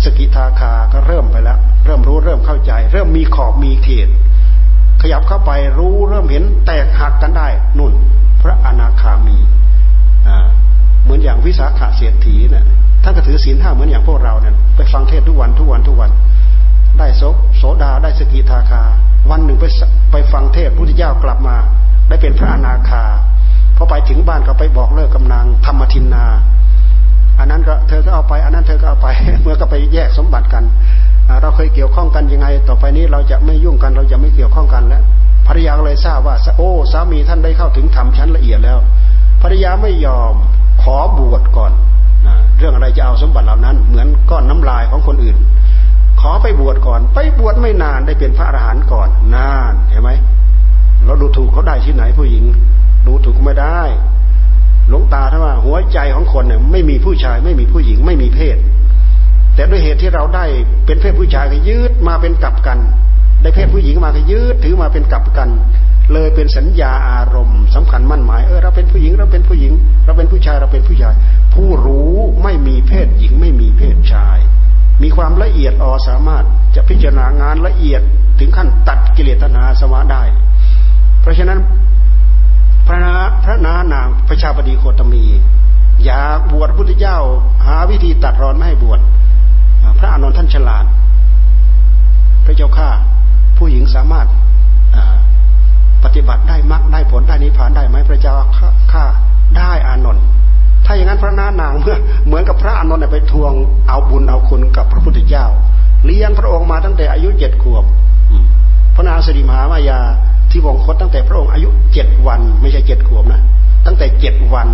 สกิทาคาก็เริ่มไปแล้วเริ่มรู้เริ่มเข้าใจเริ่มมีขอบมีเขตขยับเข้าไปรู้เริ่มเห็นแตกหักกันได้นุ่นพระอนาคามีเหมือนอย่างวิสาขเศรษฐีเนี่ยท่านก็ถือศีลห้าเหมือนอย่างพวกเราเนี่ยไปฟังเทศทุกวันทุกวันทุกวันได้โสโสดาได้สกิทาคาวันหนึ่งไปไปฟังเทศพระพุทธเจ้ากลับมาได้เป็นพระอนาคาพอไปถึงบ้านก็ไปบอกเลิกกำนางธรรมทินนาอันนั้นก็เธอก็เอาไปอันนั้นเธอก็เอาไปเมื่อก็ไปแยกสมบัติกันเราเคยเกี่ยวข้องกันยังไงต่อไปนี้เราจะไม่ยุ่งกันเราจะไม่เกี่ยวข้องกันแล้วภรรยาเลยทราบว่าโอ้สามีท่านได้เข้าถึงธรรมชั้นละเอียดแล้วภรรยาไม่ยอมขอบวชก่อนเรื่องอะไรจะเอาสมบัติเหล่านั้นเหมือนก้อนน้ำลายของคนอื่นขอไปบวชก่อนไปบวชไม่นานได้เป็นพระอรหันต์ก่อนนานเห็นไหมเราดูถูกเขาได้ที่ไหนผู้หญิงดูถูกไม่ได้หลวงตาท่านว่าหัวใจของคนเนี่ยไม่มีผู้ชายไม่มีผู้หญิงไม่มีเพศแต่ด้วยเหตุที่เราได้เป็นเพศผู้ชายก็ยืดมาเป็นกลับกันได้เพศผู้หญิงมาก็ยืดถือมาเป็นกลับกันเลยเป็นสัญญาอารมณ์สำคัญมั่นหมายเออเราเป็นผู้หญิงเราเป็นผู้หญิงเราเป็นผู้ชายเราเป็นผู้ชายผู้รู้ไม่มีเพศหญิงไม่มีเพศชายมีความละเอียดอ่อสามารถจะพิจารณางานละเอียดถึงขั้นตัดกิเลสตัณหาอาสวะได้เพราะฉะนั้นพระนาพระนานางพระชาบดีโคตมีอยากบวชพุทธเจ้าหาวิธีตัดรอนไม่ให้บวชพระอานนท์ท่านฉลาดพระเจ้าข้าผู้หญิงสามารถปฏิบัติได้มรรคได้ผลได้นิพพานได้ไหมพระเจ้าข้าได้อานนท์ถ้าอย่างนั้นพระนานางเมื่อเหมือนกับพระอานนท์ไปทวงเอาบุญเอาคุณกับพระพุทธเจ้าเลี้ยงพระองค์มาตั้งแต่อายุเจ็ดขวบพระนางสิริมหามายาที่วงคตตั้งแต่พระองค์อายุเจ็ดวันไม่ใช่เจ็ดขวบนะตั้งแต่เจ็ดวัน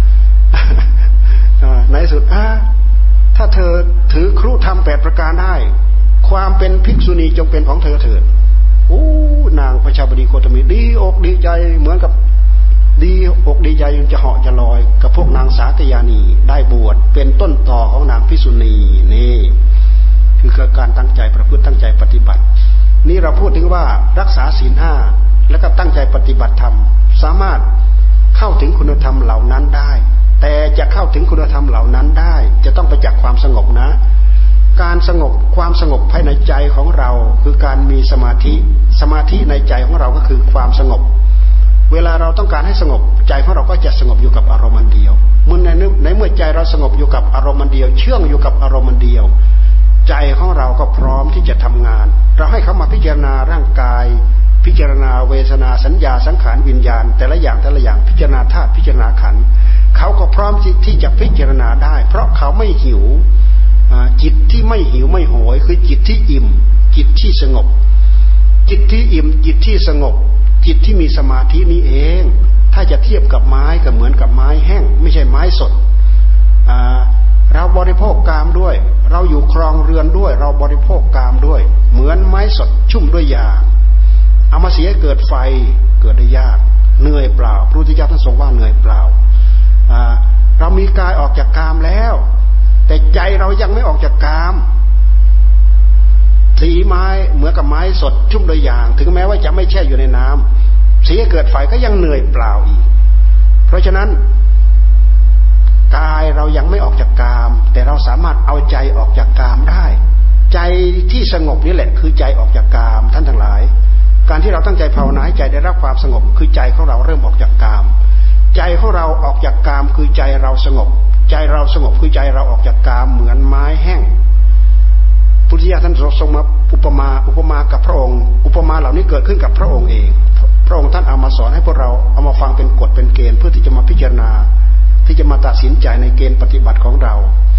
ในสุดถ้าเธอถือครุธรรมแปดประการได้ความเป็นภิกษุณีจงเป็นของเธอเถิดโอ้นางพระชาบดีโคตมีดีอกดีใจเหมือนกับดีอกดีใจจะเหาะจะลอยกับพวกนางสากยานีได้บวชเป็นต้นต่อของนางภิกษุณีนี่คือการตั้งใจประพฤติตั้งใจปฏิบัตินี่เราพูดถึงว่ารักษาศีลห้าแล้วก็ตั้งใจปฏิบัติธรรมสามารถเข้าถึงคุณธรรมเหล่านั้นได้แต่จะเข้าถึงคุณธรรมเหล่านั้นได้จะต้องไปจากความสงบนะการสงบความสงบภายในใจของเราคือการมีสมาธิสมาธิในใจของเราก็คือความสงบเวลาเราต้องการให้สงบใจของเราก็จะสงบอยู่กับอารมณ์เดียวเมื่อในในเมื่อใจเราสงบอยู่กับอารมณ์เดียวเชื่องอยู่กับอารมณ์เดียวใจของเราก็พร้อมที่จะทำงานเราให้เขามาพิจารณาร่างกายพิจารณาเวทนาสัญญาสังขารวิญญาณแต่ละอย่างแต่ละอย่างพิจารณาธาตุพิจารณาขันธ์เขาก็พร้อมที่จะพิจารณาได้เพราะเขาไม่หิวจิตที่ไม่หิวไม่โหยคือจิตที่อิ่มจิตที่สงบจิตที่อิ่มจิตที่สงบจิตที่มีสมาธินี้เองถ้าจะเทียบกับไม้ก็เหมือนกับไม้แห้งไม่ใช่ไม้สดเราบริโภคกามด้วยเราอยู่ครองเรือนด้วยเราบริโภคกามด้วยเหมือนไม้สดชุ่มด้วยยาเอามาเสียเกิดไฟเกิดได้ยากเหนื่อยเปล่าพระพุทธเจ้าท่านทรงว่าเหนื่อยเปล่าเรามีกายออกจากกามแล้วแต่ใจเรายังไม่ออกจากกามสีไม้เหมือนกับไม้สดชุ่มด้วยยางถึงแม้ว่าจะไม่แช่อยู่ในน้ำเสียเกิดไฟก็ยังเหนื่อยเปล่าอีกเพราะฉะนั้นกายเรายังไม่ออกจากกามแต่เราสามารถเอาใจออกจากกามได้ใจที่สงบนี่แหละคือใจออกจากกามท่านทั้งหลายการที่เราตั้งใจภาวนาให้ใจได้รับความสงบคือใจของเราเริ่มออกจากกามใจของเราออกจากกามคือใจเราสงบใจเราสงบคือใจเราออกจากกามเหมือนไม้แห้งพุทธิยถาท่านทรงมาอุปมาอุปมากับพระองค์อุปมาเหล่านี้เกิดขึ้นกับพระองค์เองพระองค์ท่านเอามาสอนให้พวกเราเอามาฟังเป็นกฎเป็นเกณฑ์เพื่อที่จะมาพิจารณาที่จะมาตัดสินใจในเกณฑ์ปฏิบัติของเรา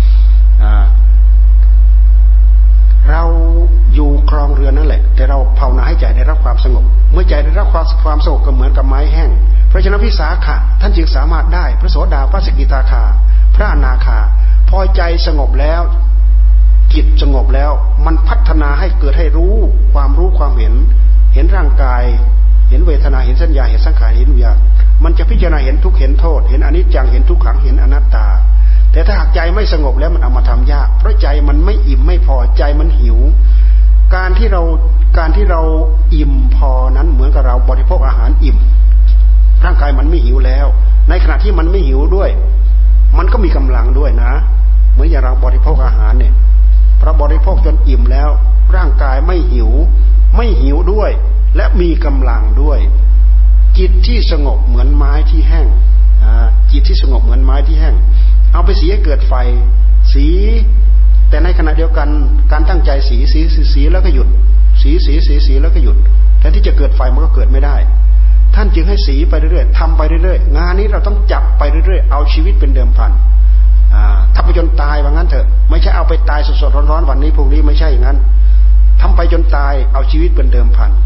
เราอยู่ครองเรือนนั่นแหละแต่เราภาวนาให้ใจได้รับความสงบเมื่อใจได้รับความความสงบก็เหมือนกับไม้แห้งเพราะฉะนั้นวิสาขะท่านจึงสามารถได้พระโสดาพระสกิทาคาพระอนาคาพอใจสงบแล้วจิตสงบแล้วมันพัฒนาให้เกิดให้รู้ความรู้ความเห็นเห็นร่างกายเห็นเวทนาเห็นสัญญาเห็นสังขารเห็นวิญญาณมันจะพิจารณาเห็นทุกข์เห็นโทษเห็นอนิจจังเห็นทุกขังเห็นอนัตตาแต่ถ้าหากใจไม่สงบแล้วมันเอามาทำยากเพราะใจมันไม่อิ่มไม่พอใจมันหิวการที่เราการที่เราอิ่มพอนั้นเหมือนกับเราบริโภคอาหารอิ่มร่างกายมันไม่หิวแล้วในขณะที่มันไม่หิวด้วยมันก็มีกำลังด้วยนะเหมือนอย่างเราบริโภคอาหารเนี่ยเพราะบริโภคจนอิ่มแล้วร่างกายไม่หิวไม่หิวด้วยและมีกำลังด้วยจิตที่สงบเหมือนไม้ที่แห้งจิตที่สงบเหมือนไม้ที่แห้งเอาไปสีให้เกิดไฟสีแต่ในขณะเดียวกันการตั้งใจสีสีสีสีแล้วก็หยุดสีสีสีสีแล้วก็หยุดแทนที่จะเกิดไฟมันก็เกิดไม่ได้ท่านจึงให้สีไปเรื่อยๆทำไปเรื่อยๆงานนี้เราต้องจับไปเรื่อยๆเอาชีวิตเป็นเดิมพันทำไปจนตายว่างั้นเถอะไม่ใช่เอาไปตายสดๆร้อนๆวันนี้พรุ่งนี้ไม่ใช่อย่างนั้นทำไปจนตายเอาชีวิตเป็นเดิมพัน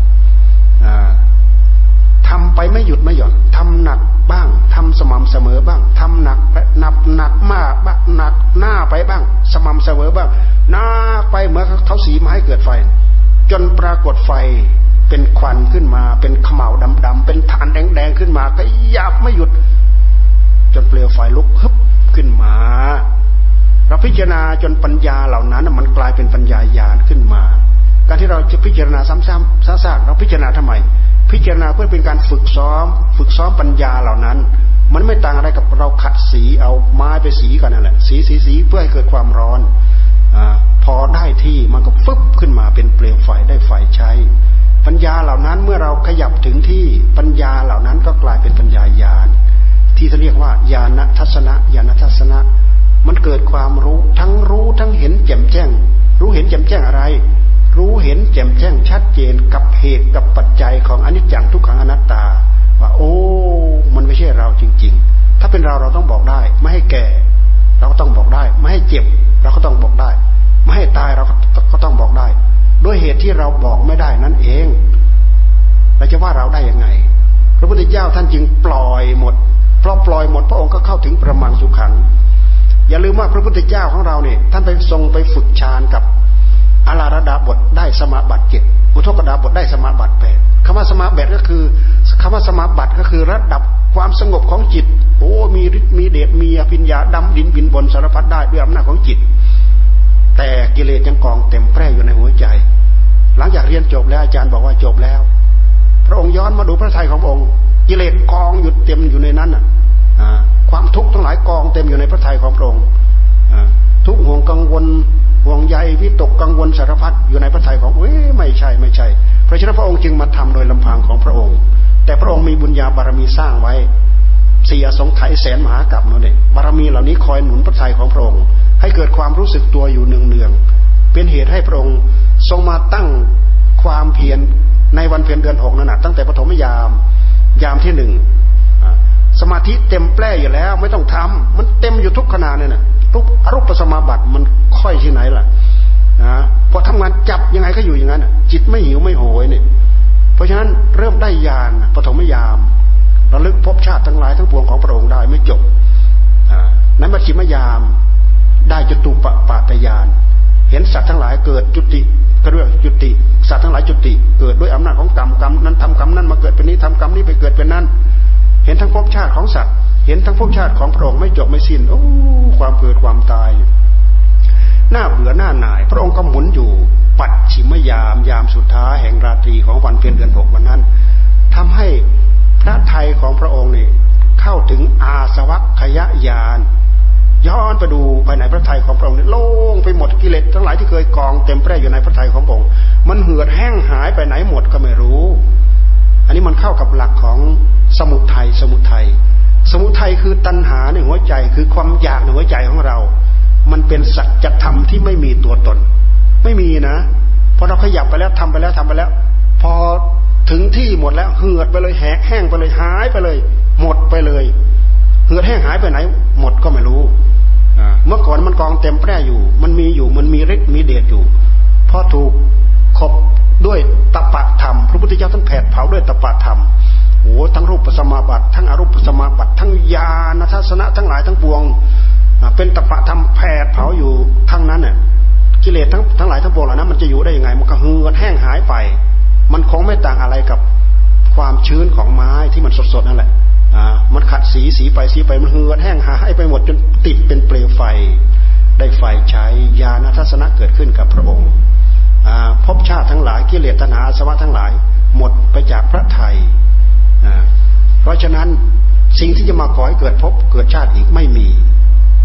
ทำไปไม่หยุดไม่หย่อนทำหนักบ้างทำสม่ำเสมอบ้างทำหนักหนักหนักมากบ้างหนักหน้าไปบ้างสม่ำเสมอบ้างหน้าไปเหมือนเขาสีมาให้เกิดไฟจนปรากฏไฟเป็นควันขึ้นมาเป็นเขม่าดำๆเป็นฐานแดงๆขึ้นมาก็ยับไม่หยุดจนเปลวไฟลุกฮึบขึ้นมาเราพิจารณาจนปัญญาเหล่านั้นมันกลายเป็นปัญญาญาณขึ้นมาการที่เราจะพิจารณาซ้ำๆซากๆเราพิจารณาทำไมพิจารณาเพื่อเป็นการฝึกซ้อมฝึกซ้อมปัญญาเหล่านั้นมันไม่ต่างอะไรกับเราขัดสีเอาไม้ไปสีกันนั่นแหละสีสีสีเพื่อให้เกิดความร้อนอ่าพอได้ที่มันก็ฟึบขึ้นมาเป็นเปลวไฟได้ไฟใช้ปัญญาเหล่านั้นเมื่อเราขยับถึงที่ปัญญาเหล่านั้นก็กลายเป็นปัญญาญาณที่เขาเรียกว่าญาณทัศนะญาณทัศนะมันเกิดความรู้ทั้งรู้ทั้งเห็นแจ่มแจ้งรู้เห็นแจ่มแจ้งอะไรรู้เห็นแจ่มแจ้งชัดเจนกับเหตุกับปัจจัยของอนิจจังทุกขังอนัตตาว่าโอ้มันไม่ใช่เราจริงๆถ้าเป็นเราเราต้องบอกได้ไม่ให้แก่เราก็ต้องบอกได้ไม่ให้เจ็บเราก็ต้องบอกได้ไม่ให้ตายเราก็ต้องบอกได้ด้วยเหตุที่เราบอกไม่ได้นั่นเองเราจะว่าเราได้ยังไงพระพุทธเจ้าท่านจึงปล่อยหมดเพราะปล่อยหมดพระองค์ก็เข้าถึงประมังสุขังอย่าลืมว่าพระพุทธเจ้าของเราเนี่ยท่านไปทรงไปฝึกฌานกับอาราระดาบทได้สมาบัติเจ็ดอุทกดาบทได้สมาบัติแปดคำว่าสมาบัติก็คือคำว่าสมาบัติก็คือระดับความสงบของจิตโอ้มีฤทธิ์มีเดชมีอภิญญาดำดินบินบนสารพัดได้ด้วยอำนาจของจิตแต่กิเลสยังกองเต็มแพร่อยู่ในหัวใจหลังจากเรียนจบแล้วอาจารย์บอกว่าจบแล้วพระองค์ย้อนมาดูพระทัยของพระองค์กิเลสกองอยู่เต็มอยู่ในนั้นอ่ะความทุกข์ทั้งหลายกองเต็มอยู่ในพระทัยของพระองค์ทุกห่วงกังวลห่วงใยวิตกกังวลสารพัดอยู่ในพระทัยของเอ้ยไม่ใช่ไม่ใช่เพราะฉะนั้นพระองค์จึงมาทำโดยลำพังของพระองค์แต่พระองค์มีบุญญาบารมีสร้างไว้สี่อสงไขยแสนมหากรัปนั่นเองบารมีเหล่านี้คอยหนุนพระทัยของพระองค์ให้เกิดความรู้สึกตัวอยู่เนืองๆเป็นเหตุให้พระองค์ทรงมาตั้งความเพียรในวันเพ็ญเดือนหกนั่นน่ะตั้งแต่ปฐมยามยามที่หนึ่งสมาธิเต็มแปร่อยู่แล้วไม่ต้องทำมันเต็มอยู่ทุกขณะเนี่ยนะรูปอรูปสมาบัติมันค่อยที่ไหนล่ะนะพอทำงานจับยังไงก็อยู่อย่างนั้นจิตไม่หิวไม่โหยเนี่ยเพราะฉะนั้นเริ่มได้ญาณปฐมยามระลึกภพชาติทั้งหลายทั้งปวงของพระองค์ได้ไม่จบในมัชฌิมยามได้จตุปปาตญาณเห็นสัตว์ทั้งหลายเกิดจุติก็เรียกจุติสัตว์ทั้งหลายจุติเกิดด้วยอำนาจของกรรมกรรมนั้นทำกรรมนั้นมาเกิดเป็นนี้ทำกรรมนี้ไปเกิดเป็นนั้นเห็นทั้งภพชาติของสัตว์เห็นทั้งภพชาติของพระองค์ไม่จบไม่สิ้นโอ้ความเกิดความตายหน้าเบื่อหน้าหน่ายพระองค์ก็หมุนอยู่ปัจฉิมยามยามสุดท้ายแห่งราตรีของวันเพ็ญเดือนหกวันนั้นทำให้พระทัยของพระองค์นี่เข้าถึงอาสวัคยญาณย้อนไปดูภายในพระทัยของพระองค์นี่โล่งไปหมดกิเลสทั้งหลายที่เคยกองเต็มแปร่อยู่ในพระทัยของพระองค์มันเหือดแห้งหายไปไหนหมดก็ไม่รู้อันนี้มันเข้ากับหลักของสมุทัยสมุทัยสมุทัยคือตัณหาในหัวใจคือความอยากในหัวใจของเรามันเป็นสัจธรรมที่ไม่มีตัวตนไม่มีนะพอเราขยับไปแล้วทำไปแล้วทำไปแล้วพอถึงที่หมดแล้วเหือดไปเลยแห้งแห้งไปเลยหายไปเลยหมดไปเลยเหือดแห้งหายไปไหนหมดก็ไม่รู้เมื่อก่อนมันกองเต็มแปร่อยู่มันมีอยู่มันมีฤทธิ์มีเดชอยู่พอถูกขบด้วยตปะธรรมพระพุทธเจ้าท่านแผดเผาด้วยตปะธรรมโอ้ทั้งรูปสมาบัติทั้งอรูปสมาบัติทั้งญาณทัศนะทั้งหลายทั้งปวงเป็นตปะธรรมแผดเผาอยู่ทั้งนั้นน่ะกิเลสทั้งทั้งหลายทั้งปวงเหล่านั้นมันจะอยู่ได้ยังไงมันก็เหือดแห้งหายไปมันคงไม่ต่างอะไรกับความชื้นของไม้ที่มันสดๆนั่นแหละอ่ามันขัดสีสีไปสีไปมันเหือดแห้งหายไปหมดจนติดเป็นเปลวไฟได้ไฟใช้ญาณทัศนะเกิดขึ้นกับพระองค์ภพชาติทั้งหลายกิเลสตัณหาอาสวะทั้งหลายหมดไปจากพระทัยเพราะฉะนั้นสิ่งที่จะมาก่อให้เกิดภพเกิดชาติอีกไม่มี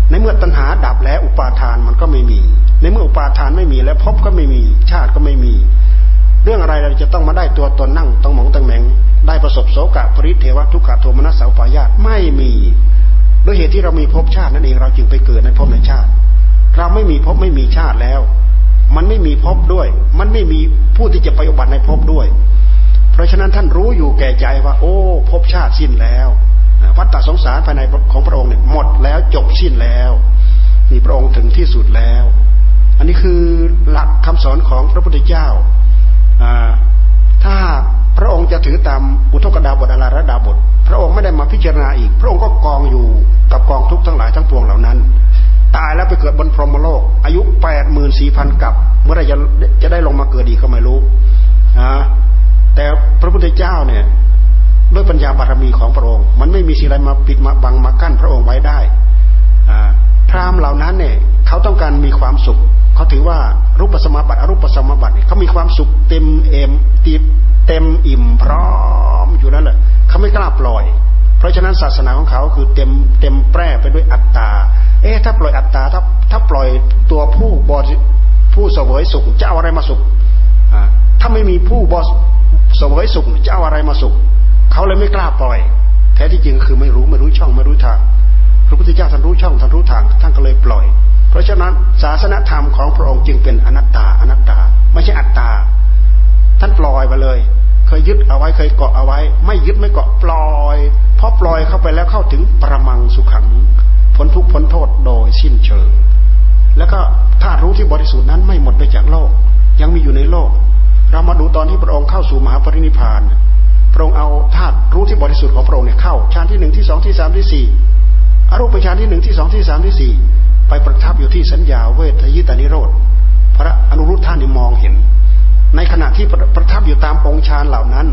ในเมื่อตัณหาดับแล้วอุปาทานมันก็ไม่มีในเมื่ออุปาทานไม่มีแล้วภพก็ไม่มีชาติก็ไม่มีเรื่องอะไรเราจะต้องมาได้ตัวตนนั่งต้องหมองต้องแหน่งได้ประสบโสกะปริเทวทุกขโทมนัสสอุปาญาตไม่มีด้วยเหตุที่เรามีภพชาตินั่นเองเราจึงไปเกิดในภพในชาติเราไม่มีภพไม่มีชาติแล้วมันไม่มีภพด้วยมันไม่มีผู้ที่จะไปอุบัติในภพด้วยเพราะฉะนั้นท่านรู้อยู่แก่ใจว่าโอ้ภพชาติสิ้นแล้ววัฏฏะสงสารภายในของพระองค์เนี่ยหมดแล้วจบสิ้นแล้วนี่พระองค์ถึงที่สุดแล้วอันนี้คือหลักคำสอนของพระพุทธเจ้าถ้าพระองค์จะถือตามอุทกดาบทอลาระดาบทพระองค์ไม่ได้มาพิจารณาอีกพระองค์ก็กองอยู่กับกองทุกข์ทั้งหลายทั้งปวงเหล่านั้นตายแล้วไปเกิดบนพรหมโลกอายุ แปดหมื่นสี่พัน กับเมื่อไรจะจะได้ลงมาเกิดอีกก็ไม่รู้นะแต่พระพุทธเจ้าเนี่ยด้วยปัญญาบารมีของพระองค์มันไม่มีสิ่งใดมาปิดมาบังมากั้นพระองค์ไว้ได้พราหมณ์เหล่านั้นเนี่ยเขาต้องการมีความสุขเขาถือว่ารูปสมาบัติอรูปสมาบัติเนี่ยเขามีความสุขเต็มเอ็มติเต็มอิ่มพร้อมอยู่นั่นแหละเขาไม่กล้าปล่อยเพราะฉะนั้นศาสนาของเขาคือเต็มเต็มแปร่ไปด้วยอัตตาเอ๊ะถ้าปล่อยอัตตาถ้าถ้าปล่อยตัวผู้บริผู้เสวยสุขจะเอาอะไรมาสุขถ้าไม่มีผู้บริเสวยสุขจะเอาอะไรมาสุขเขาเลยไม่กล้าปล่อยแท้ที่จริงคือไม่รู้ไม่รู้ช่องไม่รู้ทางพระพุทธเจ้าท่านรู้ช่องท่านรู้ทางท่านก็เลยปล่อยเพราะฉะนั้นศาสนธรรมของพระองค์จึงเป็นอนัตตาอนัตตาไม่ใช่อัตตาท่านปล่อยไปเลยเคยยึดเอาไว้เคยเกาะเอาไว้ไม่ยึดไม่เกาะปล่อยพอปล่อยเข้าไปแล้วเข้าถึงปรมังสุขังพ้นทุกข์พ้นโทษโดยสิ้นเชิงแล้วก็ธาตุรู้ที่บริสุทธิ์นั้นไม่หมดไปจากโลกยังมีอยู่ในโลกเรามาดูตอนที่พระองค์เข้าสู่มหาปรินิพพานพระองค์เอาธาตุรู้ที่บริสุทธิ์ของพระองค์เนี่ยเข้าฌานที่หนึ่งที่สองที่สามที่สี่อรูปฌานที่หนึ่งที่สองที่สามที่สี่ไปประทับอยู่ที่สัญญาเวทยิตานิโรธพระอนุรุทธานี่มองเห็นในขณะที่ประทับอยู่ตามองค์ฌานเหล่านั้น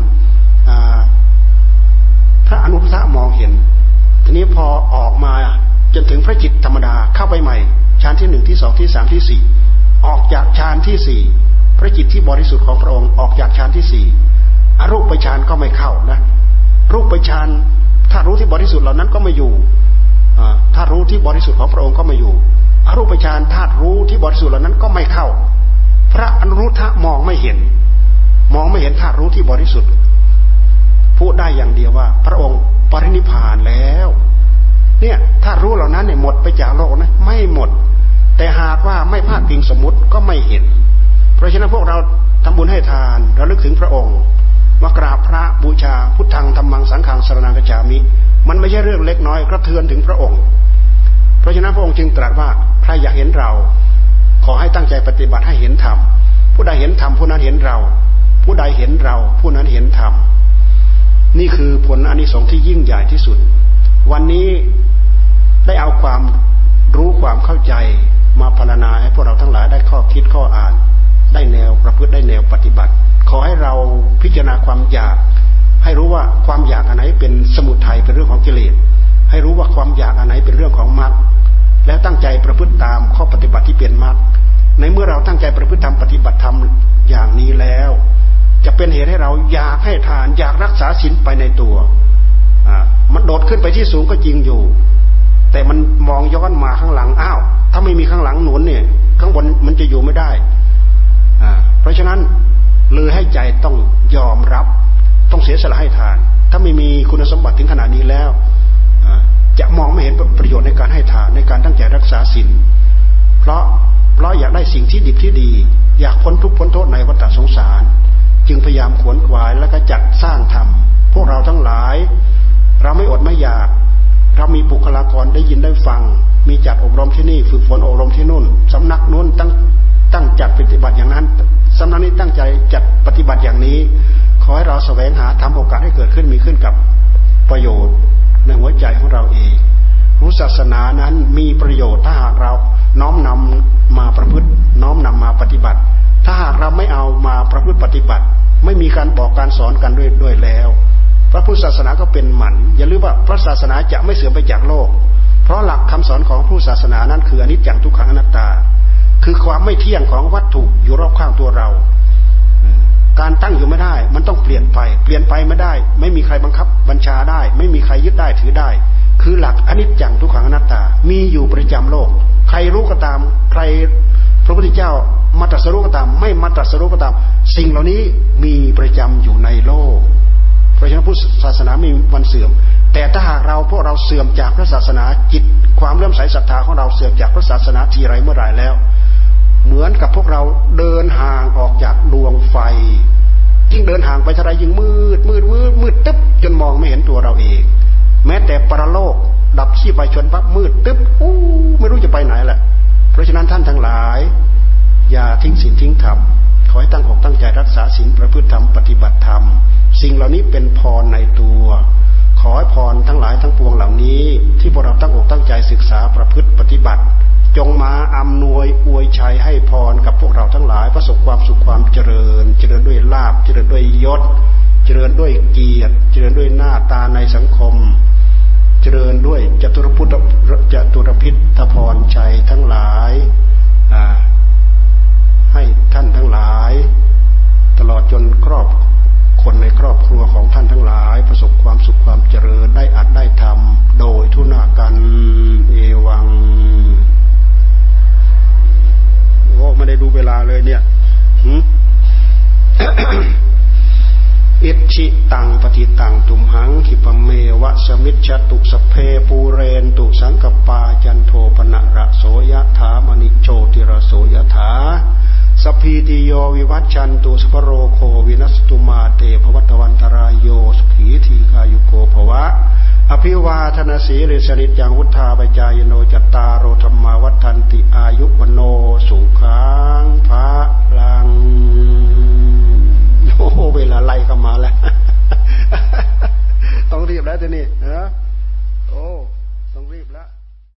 พระอนุรุทธะมองเห็นทีนี้พอออกมาจนถึงพระจิตธรรมดาเข้าไปใหม่ฌานที่หนึ่งที่สองที่สามที่สี่ออกจากฌานที่สี่พระจิตที่บริสุทธิ์ของพระองค์ออกจากฌานที่สี่อรูปฌานก็ไม่เข้านะรูปฌานถ้ารู้ที่บริสุทธิ์เหล่านั้นก็ไม่อยู่ถ้ารู้ที่บริสุทธิ์ของพระองค์ก็ไม่อยู่อรูปฌานธาตุรู้ที่บริสุทธิ์เหล่านั้นก็ไม่เข้าพระอนุรุทธะมองไม่เห็นมองไม่เห็นธาตุรู้ที่บริสุทธิ์พูดได้อย่างเดียวว่าพระองค์ปรินิพพานแล้วเนี่ยธาตุรู้เหล่านั้นเนี่ยหมดไปจากโลกนะไม่หมดแต่หากว่าไม่พลาดพิงสมมุติก็ไม่เห็นเพราะฉะนั้นพวกเราทำบุญให้ทานระลึกถึงพระองค์มากราบพระบูชาพุทธังธัมมังสังฆังสรณังคัจฉามิมันไม่ใช่เรื่องเล็กน้อยกระเทือนถึงพระองค์เพราะฉะนั้นพระองค์จึงตรัสว่าใครอยากเห็นเราขอให้ตั้งใจปฏิบัติให้เห็นธรรมผู้ใดเห็นธรรมผู้นั้นเห็นเราผู้ใดเห็นเราผู้นั้นเห็นธรรมนี่คือผลอานิสงส์ที่ยิ่งใหญ่ที่สุดวันนี้ได้เอาความรู้ความเข้าใจมาพรรณนาให้พวกเราทั้งหลายได้ข้อคิดข้ออ่านได้แนวประพฤติได้แนวปฏิบัติขอให้เราพิจารณาความอยากให้รู้ว่าความอยากอันไหนเป็นสมุทัยเป็นเรื่องของกิเลสให้รู้ว่าความอยากอันไหนเป็นเรื่องของมรรคแล้วตั้งใจประพฤติตามข้อปฏิบัติที่เป็นมรรคในเมื่อเราตั้งใจประพฤติธรรมปฏิบัติธรรมอย่างนี้แล้วจะเป็นเหตุให้เราอยากให้ทานอยากรักษาศีลไปในตัวอ่ามันโดดขึ้นไปที่สูงก็จริงอยู่แต่มันมองย้อนมาข้างหลังอ้าวถ้าไม่มีข้างหลังหนุนเนี่ยข้างบนมันจะอยู่ไม่ได้อ่าเพราะฉะนั้นเลยให้ใจต้องยอมรับต้องเสียสละให้ทานถ้าไม่มีคุณสมบัติถึงขนาดนี้แล้วจะมองไม่เห็นประโยชน์ในการให้ทานในการตั้งใจรักษาศีลเพราะเพราะอยากได้สิ่งที่ดีที่ดีอยากพ้นทุกข์พ้นโทษในวัฏสงสารจึงพยายามขวนขวายแล้วก็จัดสร้างธรรมพวกเราทั้งหลายเราไม่อดไม่อยากเรามีบุคลากรได้ยินได้ฟังมีจัดอบรมที่นี่ฝึกฝนอบรมที่นู่นสำนักนู้นตั้งตั้งจัดปฏิบัติอย่างนั้นสำนักนี้ตั้งใจจัดปฏิบัติอย่างนี้ขอให้เราแสวงหาทำโอกาสให้เกิดขึ้นมีขึ้นกับประโยชน์ในหัวใจของเราเองรู้ศาสนานั้นมีประโยชน์ถ้าหากเราน้อมนำมาประพฤติน้อมนำมาปฏิบัติถ้าหากเราไม่เอามาประพฤติปฏิบัติไม่มีการบอกการสอนกันด้วยด้วยแล้วพระพุทธศาสนาก็เป็นหมันอย่าลืมว่าพระศาสนาจะไม่เสื่อมไปจากโลกเพราะหลักคำสอนของพุทธศาสนานั้นคืออนิจจังทุกขังอนัตตาคือความไม่เที่ยงของวัตถุอยู่รอบข้างตัวเราการตั้งอยู่ไม่ได้มันต้องเปลี่ยนไปเปลี่ยนไปไม่ได้ไม่มีใครบังคับบัญชาได้ไม่มีใครยึดได้ถือได้คือหลักอนิจจังทุกขังอนัตตามีอยู่ประจำโลกใครรู้ก็ตามใครพระพุทธเจ้ามาตรัสรู้ก็ตามไม่มาตรัสรู้ก็ตามสิ่งเหล่านี้มีประจำอยู่ในโลกเพราะฉะนั้นพุทธศาสนาไม่มีวันเสื่อมแต่ถ้าหากเราพวกเราเสื่อมจากพระศาสนาจิตความเลื่อมใสศรัทธาของเราเสื่อมจากพระศาสนาทีไรเมื่อไรแล้วเหมือนกับพวกเราเดินห่างออกจากดวงไฟยิ่งเดินห่างไปเท่าไรยิ่งมืดมืดมืดมืดตึ๊บจนมองไม่เห็นตัวเราเองแม้แต่ปรโลกดับชีพไปชนปั๊บมืดตึ๊บอู้ไม่รู้จะไปไหนแหละเพราะฉะนั้นท่านทั้งหลายอย่าทิ้งศีลทิ้งธรรมขอให้ตั้งอกตั้งใจรักษาศีลประพฤติธรรมปฏิบัติธรรมสิ่งเหล่านี้เป็นพรในตัวขอให้พรทั้งหลายทั้งปวงเหล่านี้ที่พวกเราตั้งอกตั้งใจศึกษาประพฤติปฏิบัติจงมาอำนวยอวยชัยให้พรกับพวกเราทั้งหลายประสบความสุขความเจริญเจริญด้วยลาภเจริญด้วยยศเจริญด้วยเกียรติเจริญด้วยหน้าตาในสังคมเจริญด้วยจตุรพุทธจตุรพิทธพรชัยทั้งหลายให้ท่านทั้งหลายตลอดจนครอบคนในครอบครัวของท่านทั้งหลายประสบความสุขความเจริญได้อัดได้ทำโดยทุนากันเอวังโอ้ไม่ได้ดูเวลาเลยเนี่ย อิชิตังปฏิตังตุมหังขิปเมวะสมิจฉตุสเพปูเรนตุสังกปาจันโทปนะระโสยถามณิโชติระโสยถาสพีติโยวิวัชชันตุสภโรโควินัสตุมาเตภวัตวันตรายโยสุขีทีกายุโกภวะอภิวาทนาสีริสนิจยังวุธาปจายโนจัตตารโธ